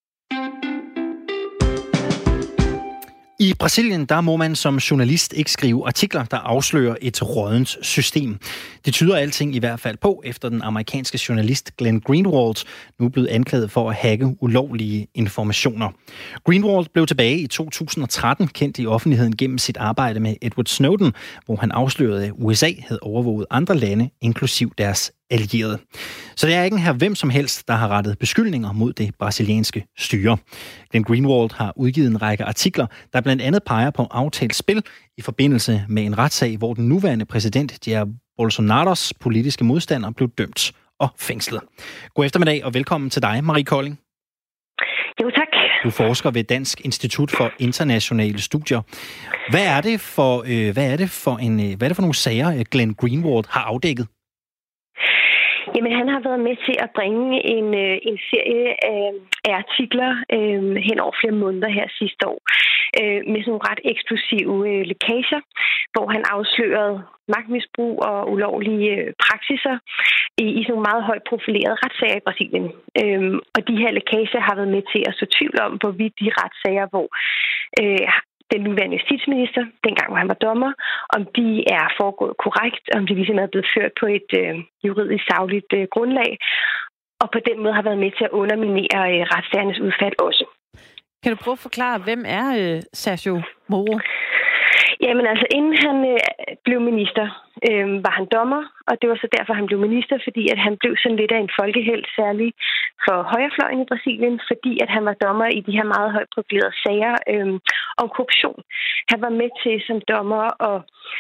I Brasilien, der må man som journalist ikke skrive artikler, der afslører et råddent system. Det tyder alting i hvert fald på, efter den amerikanske journalist Glenn Greenwald nu er blevet anklaget for at hacke ulovlige informationer. Greenwald blev tilbage i 2013 kendt i offentligheden gennem sit arbejde med Edward Snowden, hvor han afslørede, at USA havde overvåget andre lande, inklusiv deres allierede. Så det er ikke her hvem som helst, der har rettet beskyldninger mod det brasilianske styre. Glenn Greenwald har udgivet en række artikler, der blandt andet peger på aftalt spil i forbindelse med en retssag, hvor den nuværende præsident Jair Bolsonaros politiske modstander blev dømt og fængslet. God eftermiddag og velkommen til dig, Marie Kolding. Jo, tak. Du forsker ved Dansk Institut for Internationale Studier. Hvad er det for nogle sager, Glenn Greenwald har afdækket? Jamen, han har været med til at bringe en serie af artikler hen over flere måneder her sidste år med sådan nogle ret eksplosive lækager, hvor han afslørede magtmisbrug og ulovlige praksiser i sådan nogle meget højt profilerede retssager i Brasilien. Og de her lækager har været med til at så tvivl om, hvorvidt de retssager, hvor den nuværende justitsminister, dengang hvor han var dommer, om de er foregået korrekt, om de ligesom er blevet ført på et juridisk sagligt grundlag, og på den måde har været med til at underminere retssagernes udfald også. Kan du prøve at forklare, hvem er Sérgio Moro? Jamen altså, inden han blev minister, var han dommer, og det var så derfor, han blev minister, fordi at han blev sådan lidt af en folkehelt, særligt for højrefløjen i Brasilien, fordi at han var dommer i de her meget højt profilerede sager om korruption. Han var med til som dommer og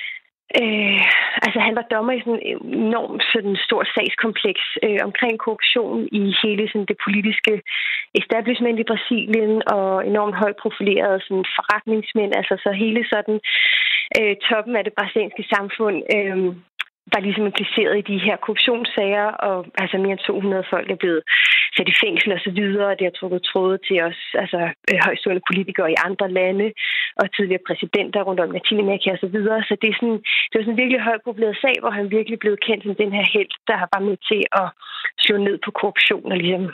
han var dommer i sådan en enormt sådan stor sagskompleks omkring korruption i hele sådan det politiske establishment i Brasilien og enormt højt profilerede sådan forretningsmænd. Altså så hele sådan toppen af det brasilianske samfund var ligesom impliceret i de her korruptionssager, og altså mere end 200 folk er blevet sat i fængsel og så videre, og det har trukket tråde til os, altså højstående politikere i andre lande, og tidligere præsidenter rundt om Latinamerika og så videre. Så det var sådan en virkelig højt profileret sag, hvor han virkelig blev kendt som den her helt, der har bare med til at slå ned på korruption og ligesom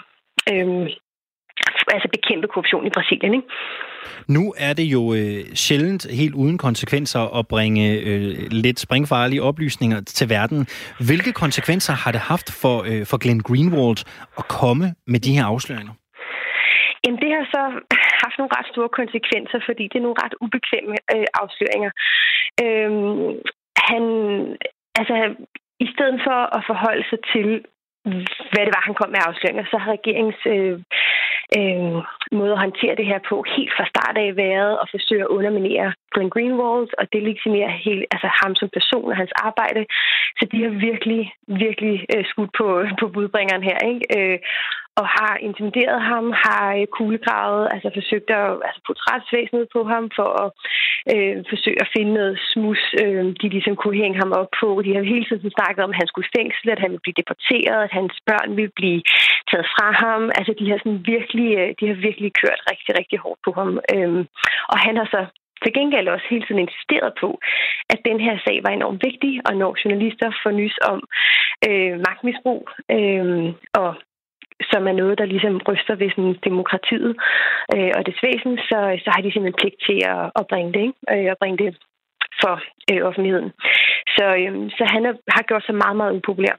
bekæmpe korruption i Brasilien, ikke? Nu er det jo sjældent helt uden konsekvenser at bringe lidt springfarlige oplysninger til verden. Hvilke konsekvenser har det haft for Glenn Greenwald at komme med de her afsløringer? Jamen, det har så haft nogle ret store konsekvenser, fordi det er nogle ret ubekvemme afsløringer. I stedet for at forholde sig til hvad det var, han kom med afsløringer, så har regeringens måde at håndtere det her på helt fra start af været at forsøge at underminere Glenn Greenwald og delegitimere ham som person og hans arbejde. Så de har virkelig skudt på budbringeren her, ikke? Og har intimideret ham, har kuglegravet, forsøgt at putte retsvæsenet på ham for at forsøge at finde noget smus, de ligesom kunne hænge ham op på. De har hele tiden snakket om, at han skulle fængsle, at han ville blive deporteret, at hans børn ville blive taget fra ham. Altså, de har virkelig kørt rigtig, rigtig hårdt på ham. Og han har så til gengæld også hele tiden insisteret på, at den her sag var enormt vigtig, og når journalister får nys om magtmisbrug og som er noget, der ligesom ryster ved sådan demokratiet og dets væsen, så har de simpelthen pligt til at bringe det, ikke? Og bringe det for offentligheden. Så han har gjort sig meget, meget upopulær.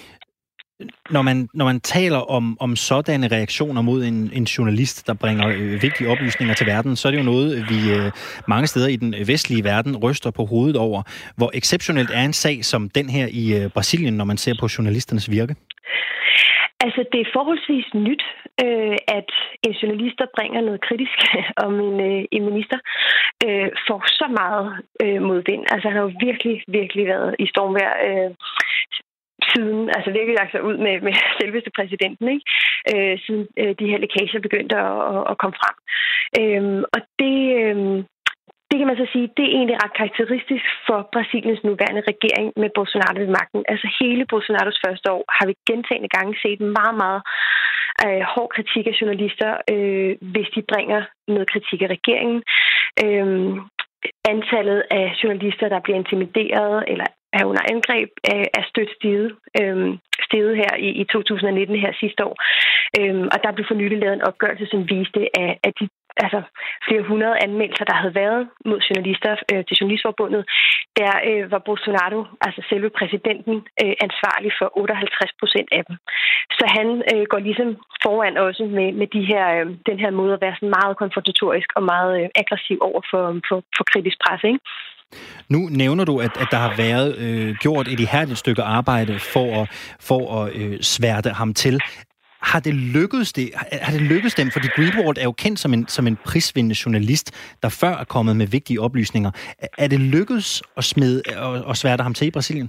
Når man taler om sådanne reaktioner mod en journalist, der bringer vigtige oplysninger til verden, så er det jo noget, vi mange steder i den vestlige verden ryster på hovedet over. Hvor exceptionelt er en sag som den her i Brasilien, når man ser på journalisternes virke? Altså, det er forholdsvis nyt, at en journalist, der bringer noget kritisk om en minister, får så meget modvind. Altså, han har jo virkelig været i stormvejr siden, virkelig lagt sig ud med selveste præsidenten, ikke? Siden de her lækager begyndte at komme frem. Og det kan man så sige, det er egentlig ret karakteristisk for Brasiliens nuværende regering med Bolsonaro ved magten. Altså hele Bolsonaros første år har vi gentagne gange set meget, meget hård kritik af journalister, hvis de bringer noget kritik af regeringen. Antallet af journalister, der bliver intimideret eller er under angreb, er stødt steget her i 2019 her sidste år. Og der blev for nylig lavet en opgørelse, som viste, at de flere hundrede anmeldelser, der havde været mod journalister til Journalistforbundet, der var Bolsonaro, altså selve præsidenten, ansvarlig for 58% af dem. Så han går ligesom foran også med den her måde at være sådan meget konfrontatorisk og meget aggressiv over for kritisk presse, ikke? Nu nævner du, at der har været gjort et ihærdigt stykke arbejde for at sværte ham til. Har det lykkedes dem? Fordi Greenwald er jo kendt som en prisvindende journalist, der før er kommet med vigtige oplysninger. Er det lykkedes at sværte ham til i Brasilien?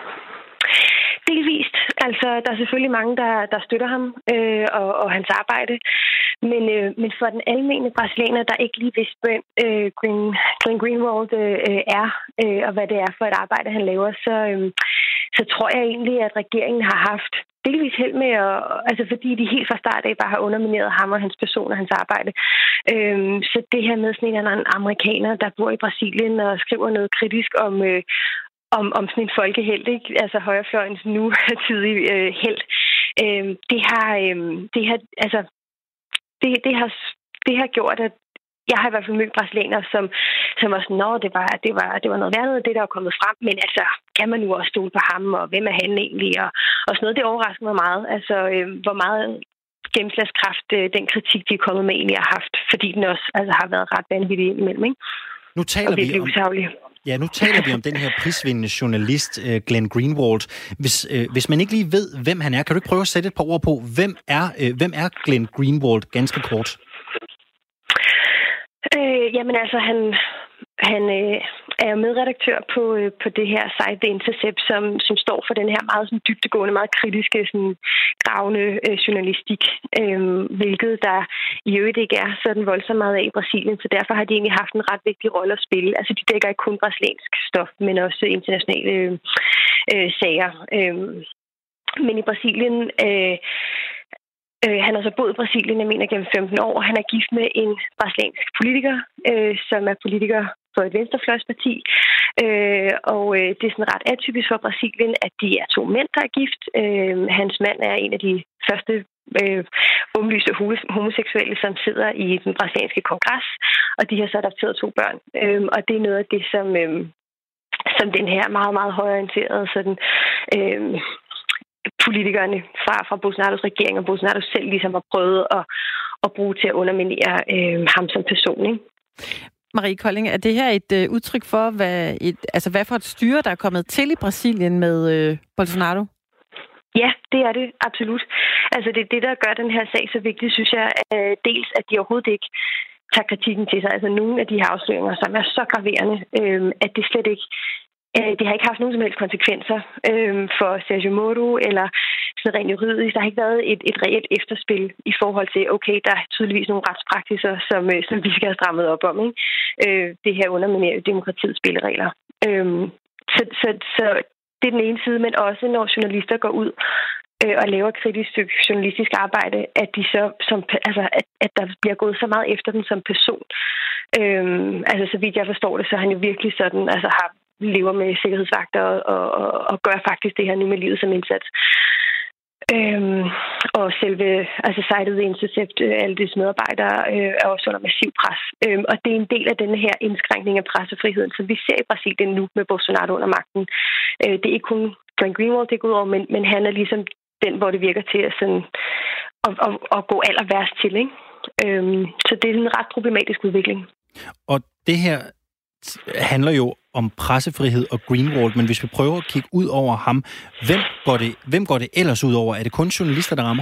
Delvist. Altså, der er selvfølgelig mange, der støtter ham og hans arbejde. Men for den almene brasilianer, der ikke lige vidste, hvem Glenn Greenwald er, og hvad det er for et arbejde, han laver, så tror jeg egentlig, at regeringen har haft delvis held med, fordi de helt fra start af bare har undermineret ham og hans person og hans arbejde. Så det her med sådan en eller anden amerikaner, der bor i Brasilien og skriver noget kritisk om sådan en folkehelt, ikke? Altså højrefløjens nu tidige held. Det har gjort, at jeg har i hvert fald mødt brasilianere, som var sådan, det var noget værd af det, der er kommet frem, men altså, kan man nu også stole på ham, og hvem er han egentlig, og sådan noget, det overrasker mig meget, altså, hvor meget gennemslagskraft den kritik, de er kommet med, egentlig har haft, fordi den også har været ret vanvittig imellem, ikke? Nu taler vi om den her prisvindende journalist, Glenn Greenwald. Hvis man ikke lige ved, hvem han er, kan du ikke prøve at sætte et par ord på, hvem er Glenn Greenwald, ganske kort? Han er jo medredaktør på det her site, The Intercept, som står for den her meget sådan, dybdegående, meget kritiske, sådan, gravende journalistik, hvilket der i øvrigt ikke er sådan voldsomt meget af i Brasilien, så derfor har de egentlig haft en ret vigtig rolle at spille. Altså, de dækker ikke kun brasiliansk stof, men også internationale sager. Men i Brasilien... han har så boet i Brasilien, jeg mener, gennem 15 år. Han er gift med en brasiliansk politiker, som er politiker for et venstrefløjsparti. Det er sådan ret atypisk for Brasilien, at de er to mænd, der er gift. Hans mand er en af de første åbenlyste homoseksuelle, som sidder i den brasilianske kongres, og de har så adopteret 2 børn. Og det er noget af det, som den her meget, meget højorienterede sådan... politikerne fra Bolsonaros regering og Bolsonaro selv ligesom har prøvet at bruge til at underminere ham som person, ikke? Marie Kolding, er det her et udtryk for, hvad for et styre, der er kommet til i Brasilien med Bolsonaro? Ja, det er det absolut. Altså det, der gør den her sag så vigtig, synes jeg, dels at de overhovedet ikke tager kritikken til sig. Altså nogle af de her afsløringer, som er så graverende, at det slet ikke... Det har ikke haft nogen som helst konsekvenser for Sergio Moro, eller sådan rent juridisk. Der har ikke været et reelt efterspil i forhold til, okay, der er tydeligvis nogle retspraksiser, som vi skal have strammet op om. Ikke? Det her underminerer demokratiets spilleregler. Så det er den ene side, men også når journalister går ud og laver kritisk stykke journalistisk arbejde, at de så at der bliver gået så meget efter dem som person. Altså så vidt jeg forstår det, så er han jo virkelig sådan, altså lever med sikkerhedsvagter og gør faktisk det her nu med livet som indsats. Og selve sitet Intercept, alle dets medarbejdere, er også under massiv pres. Og det er en del af denne her indskrænkning af pressefriheden, som vi ser i Brasilien nu med Bolsonaro under magten. Det er ikke kun Glenn Greenwald, det går ud over, men han er ligesom den, hvor det virker til at gå aller værst til. Ikke? Så det er en ret problematisk udvikling. Og det her handler jo om pressefrihed og Greenwald, men hvis vi prøver at kigge ud over ham, hvem går det ellers ud over? Er det kun journalister, der rammer?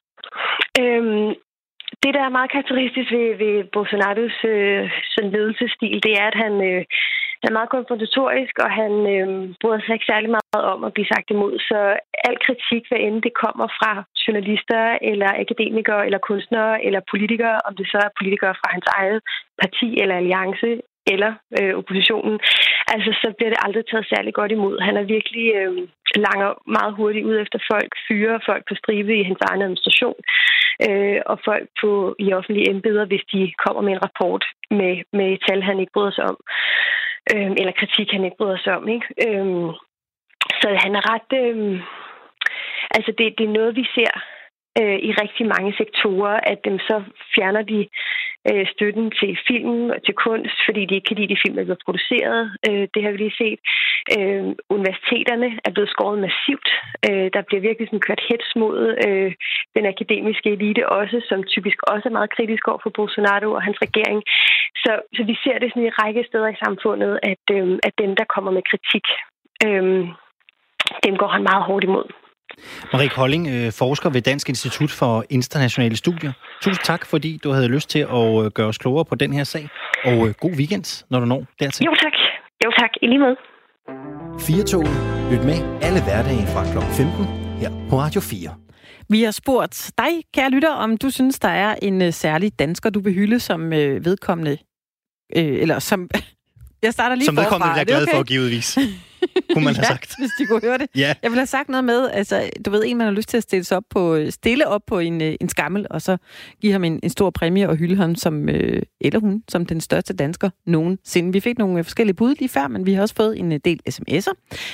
Det, der er meget karakteristisk ved Bolsonaros ledelsesstil, det er, at han er meget konfrontatorisk, og han bryder sig ikke særlig meget om at blive sagt imod. Så al kritik, hvad end det kommer fra journalister, eller akademikere, eller kunstnere, eller politikere, om det så er politikere fra hans eget parti eller alliance, eller oppositionen, altså så bliver det aldrig taget særlig godt imod. Han er virkelig langer meget hurtigt ud efter folk, fyrer folk på stribe i hans egen administration, og folk i offentlige embeder, hvis de kommer med en rapport med tal, han ikke bryder sig om, eller kritik, han ikke bryder sig om. Ikke? Så han er ret... altså det er noget, vi ser i rigtig mange sektorer, at dem så fjerner de støtten til film og til kunst, fordi de ikke kan lide de film, der bliver produceret. Det har vi lige set. Universiteterne er blevet skåret massivt. Der bliver virkelig sådan kørt hets mod den akademiske elite også, som typisk også er meget kritisk over for Bolsonaro og hans regering. Så vi ser det sådan i række steder i samfundet, at dem, der kommer med kritik, dem går han meget hårdt imod. Marie Kolding, forsker ved Dansk Institut for Internationale Studier. Tusind tak, fordi du havde lyst til at gøre os klogere på den her sag. Og god weekend, når du når dertil. Jo tak. Jo tak. I lige måde. 4-toget. Lyt med alle hverdage fra kl. 15 her på Radio 4. Vi har spurgt dig, kære lytter, om du synes, der er en særlig dansker, du vil hylde som vedkommende, eller som... Jeg starter lige som vedkommende, forfra. jeg er glad for, givetvis. Kunne man have sagt. Hvis de kunne høre det. Ja. Jeg vil have sagt noget med, altså, du ved, en man har lyst til at stille op på en skammel, og så give ham en stor præmie og hylde ham som, eller hun, som den største dansker nogensinde. Vi fik nogle forskellige bud lige før, men vi har også fået en del sms'er.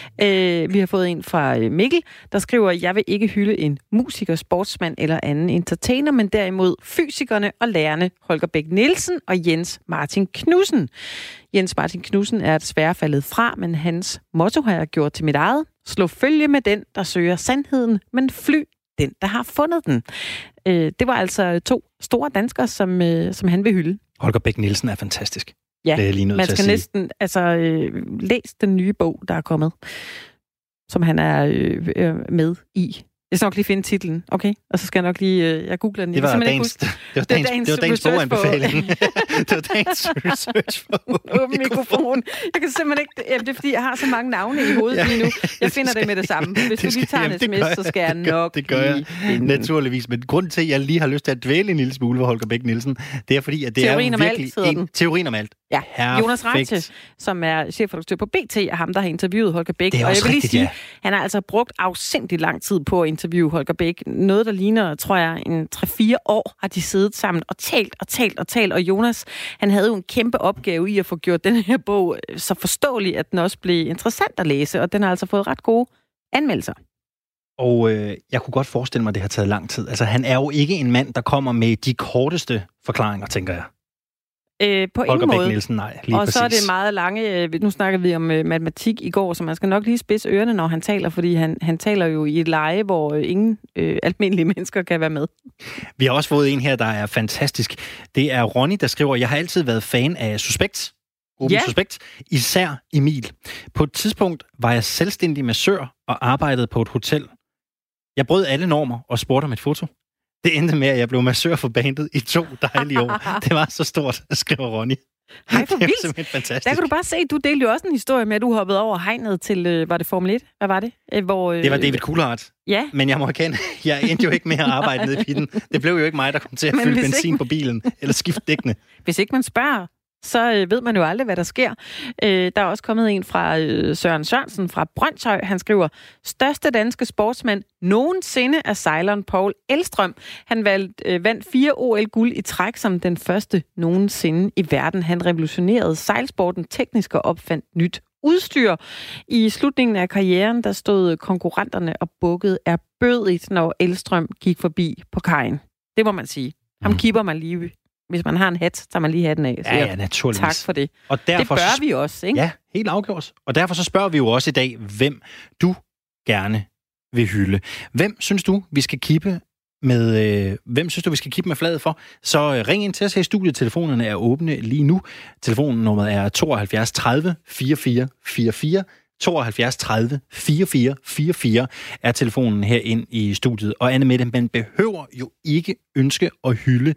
Vi har fået en fra Mikkel, der skriver, jeg vil ikke hylde en musiker, sportsmand eller anden entertainer, men derimod fysikerne og lærerne Holger Bech Nielsen og Jens Martin Knudsen. Jens Martin Knudsen er desværre faldet fra, men hans motto har jeg gjort til mit eget. Slå følge med den, der søger sandheden, men fly den, der har fundet den. Det var altså 2 store danskere, som han vil hylde. Holger Bech Nielsen er fantastisk. Ja, det er lige nødt man til at skal sige. næsten læse den nye bog, der er kommet, som han er med i. Jeg skal nok lige finde titlen, okay? Og så skal jeg nok lige... jeg googler den. Det var dagens boganbefaling. Det var dagens research for åben mikrofon. Jeg kan simpelthen ikke... Jamen, det er, fordi jeg har så mange navne i hovedet lige nu. Jeg finder det med det samme. Hvis du lige tager en sms, så skal jeg nok... Det gør jeg naturligvis. Men grunden til, at jeg lige har lyst til at dvæle en lille smule ved Holger Bech Nielsen, det er fordi, at det teorien er virkelig en teorien om alt. Ja, perfekt. Jonas Ratche, som er chefredaktør på BT, er ham, der har interviewet Holger Bech. Og jeg vil lige sige, han har altså brugt afsindigt lang tid på at interviewe Holger Bech. Noget, der ligner, tror jeg, en 3-4 år har de siddet sammen og talt. Og Jonas, han havde jo en kæmpe opgave i at få gjort den her bog så forståelig, at den også blev interessant at læse. Og den har altså fået ret gode anmeldelser. Og jeg kunne godt forestille mig, at det har taget lang tid. Altså, han er jo ikke en mand, der kommer med de korteste forklaringer, tænker jeg. På Holger ingen måde. Bech Nielsen, nej, lige og præcis. Så er det meget lange... Nu snakker vi om matematik i går, så man skal nok lige spidse ørerne, når han taler, fordi han taler jo i et leje, hvor ingen almindelige mennesker kan være med. Vi har også fået en her, der er fantastisk. Det er Ronny, der skriver, jeg har altid været fan af Suspekt. Suspekt, især Emil. På et tidspunkt var jeg selvstændig massør og arbejdede på et hotel. Jeg brød alle normer og spurgte om et foto. Det endte med, at jeg blev massør for bandet i 2 dejlige år. Det var så stort, skriver Ronny. Hej, for det er vildt. simpelthen fantastisk. Der kan du bare se, du delte jo også en historie med, at du hoppede over hegnet til, var det Formel 1? Hvad var det? Hvor, det var David Coulthard. Ja. Men jeg må erkende, jeg endte jo ikke med at arbejde nede i pitten. Det blev jo ikke mig, der kom til at fylde benzin på bilen, eller skifte dækkene. Hvis ikke man spørger, så ved man jo aldrig, hvad der sker. Der er også kommet en fra Søren Sørensen fra Brønshøj. Han skriver, største danske sportsmand nogensinde er sejleren Poul Elstrøm. Han vandt 4 OL-guld i træk som den første nogensinde i verden. Han revolutionerede sejlsporten teknisk og opfandt nyt udstyr. I slutningen af karrieren, der stod konkurrenterne og bukkede erbødigt, når Elstrøm gik forbi på kajen. Det må man sige. Ham kipper man lige. Hvis man har en hat, tager man lige hatten af. Ja, naturligvis. Tak for det. Og derfor, det bør vi også, ikke? Ja, helt afgjort. Og derfor så spørger vi jo også i dag, hvem du gerne vil hylde. Hvem synes du, vi skal kippe med flaget for? Så ring ind til os her i studiet. Telefonerne er åbne lige nu. Telefonnummeret er 72 30 44 44. 72 30 44 44 er telefonen herinde i studiet. Og Anne-Mette, man behøver jo ikke ønske at hylde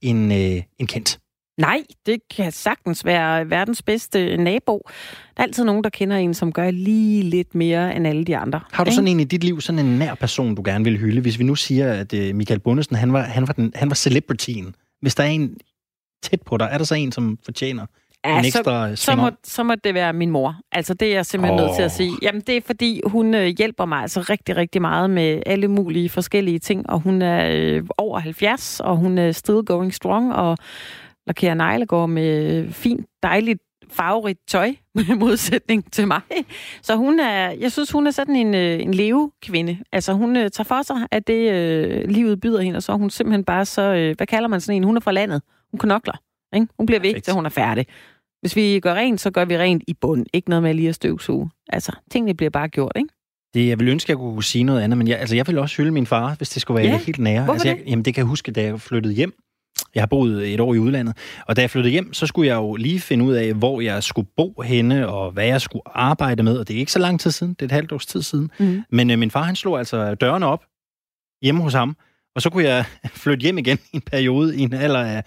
en kendt. Nej, det kan sagtens være verdens bedste nabo. Der er altid nogen, der kender en, som gør lige lidt mere end alle de andre. Har du sådan en i dit liv, sådan en nær person, du gerne vil hylde? Hvis vi nu siger, at Michael Bundesen, han var celebrityen. Hvis der er en tæt på dig, er der så en, som fortjener en ekstra så må det være min mor. Altså, det er jeg simpelthen nødt til at sige. Jamen, det er fordi, hun hjælper mig altså rigtig, rigtig meget med alle mulige forskellige ting, og hun er over 70, og hun er still going strong, og lakerer negle, med fint, dejligt, farverigt tøj, i modsætning til mig. Så jeg synes, hun er sådan en levekvinde. Altså, hun tager for sig af det, livet byder hende, og så er hun simpelthen bare så, hvad kalder man sådan en? Hun er fra landet. Hun knokler. Ikke? Hun bliver væk, til hun er færdig. Hvis vi gør rent, så gør vi rent i bund. Ikke noget med lige at støvsuge. Altså, tingene bliver bare gjort, ikke? Jeg ville ønske, at jeg kunne sige noget andet, men jeg vil også hylde min far, hvis det skulle være helt nære. Hvorfor det? Jamen, det kan jeg huske, da jeg flyttede hjem. Jeg har boet et år i udlandet, og da jeg flyttede hjem, så skulle jeg jo lige finde ud af, hvor jeg skulle bo henne, og hvad jeg skulle arbejde med, og det er ikke så lang tid siden, det er et halvt års tid siden. Mm. Men min far, han slog altså dørene op hjemme hos ham, og så kunne jeg flytte hjem igen i en periode, i en alder af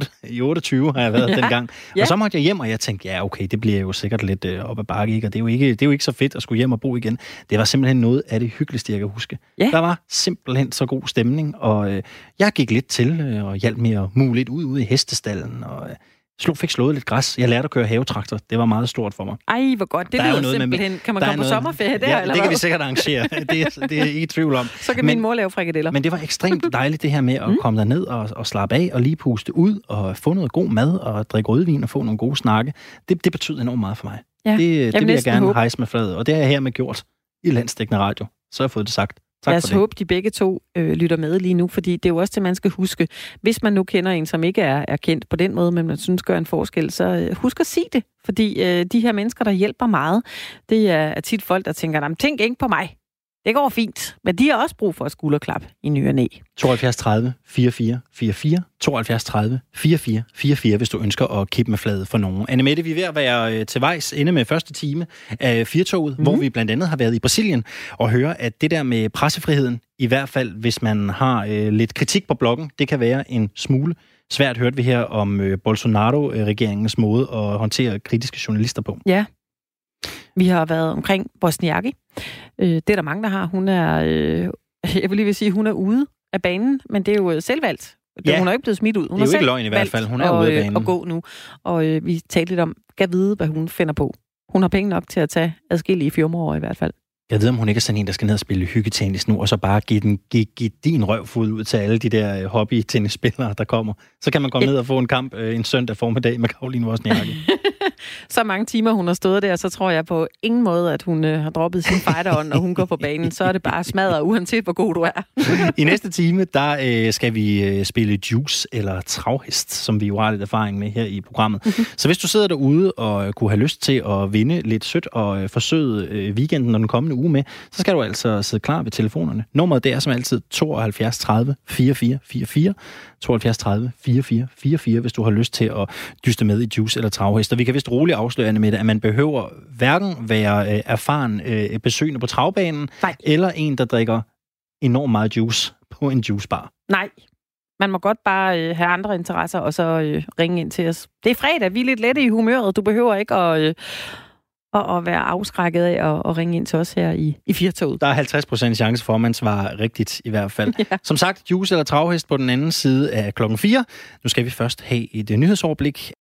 28 har jeg været dengang. Ja. Og så måtte jeg hjem, og jeg tænkte, ja okay, det bliver jo sikkert lidt op ad bakke, ikke? Og det er jo ikke så fedt at skulle hjem og bo igen. Det var simpelthen noget af det hyggeligste, jeg kan huske. Ja. Der var simpelthen så god stemning, og jeg gik lidt til og hjalp med at mue lidt ud i hestestallen, og fik slået lidt græs. Jeg lærte at køre havetraktor. Det var meget stort for mig. Ej, hvor godt. Det lyder simpelthen. Kan man komme på sommerferie der, ja, eller det kan vi sikkert arrangere. Det er ikke i tvivl om. Så kan min mor lave frikadeller. Men det var ekstremt dejligt, det her med at komme derned og slappe af, og lige puste ud, og få noget god mad, og drikke rødvin, og få nogle gode snakke. Det betyder enormt meget for mig. Ja. Det vil jeg gerne hejse med fladet, og det har jeg hermed gjort i Landsdækkende Radio. Så har jeg fået det sagt. Lad os håbe, de begge to lytter med lige nu, fordi det er jo også det, man skal huske. Hvis man nu kender en, som ikke er kendt på den måde, men man synes gør en forskel, så husk at sige det. Fordi de her mennesker, der hjælper meget, det er tit folk, der tænker, tænk ikke på mig. Det går fint. Men de har også brug for et skulderklap i ny og næ. 72 30 44 44. 72 30 44 44, hvis du ønsker at kippe med fladet for nogen. Anne-Mette, vi er ved at være til vejs inde med første time af Firtoget, hvor vi blandt andet har været i Brasilien, og høre, at det der med pressefriheden, i hvert fald hvis man har lidt kritik på bloggen, det kan være en smule svært. Hørte vi her om Bolsonaro-regeringens måde at håndtere kritiske journalister på. Ja. Vi har været omkring Wozniacki. Det er der mange, der har. Hun er, jeg vil lige sige, hun er ude af banen, men det er jo selvvalgt. Ja. Hun er ikke blevet smidt ud. Hun det er jo ikke løgn i hvert fald. Hun er ude af banen. Og gå nu. Og vi talte lidt om, kan vide, hvad hun finder på. Hun har penge nok til at tage adskillige firmaer i hvert fald. Jeg ved, om hun ikke er sådan en, der skal ned og spille hyggetennis nu, og så bare give din røvfuld ud til alle de der hobby-tennisspillere, der kommer. Så kan man komme ned og få en kamp en søndag formiddag med Caroline Wozniacki. Så mange timer, hun har stået der, så tror jeg på ingen måde, at hun har droppet sin fighter-ånd, og hun går på banen. Så er det bare smadret, uanset hvor god du er. I næste time, der skal vi spille juice eller travhest, som vi jo har lidt erfaring med her i programmet. Så hvis du sidder derude og kunne have lyst til at vinde lidt sødt og forsøge weekenden og den kommende uge med, så skal du altså sidde klar ved telefonerne. Nummeret der er som altid 72 30 44 44. 72 30 44 44, hvis du har lyst til at dyste med i juice eller travhest. Og vi kan vist roligt afsløre, Anne-Mette, at man behøver hverken være erfaren besøgende på travbanen, eller en, der drikker enormt meget juice på en juicebar. Nej. Man må godt bare have andre interesser, og så ringe ind til os. Det er fredag, vi er lidt lette i humøret. Du behøver ikke at være afskrækket af at ringe ind til os her i Firtoget. Der er 50% chance for, at man svarer rigtigt i hvert fald. Ja. Som sagt, juice eller travhest på den anden side af klokken 4. Nu skal vi først have et nyhedsoverblik.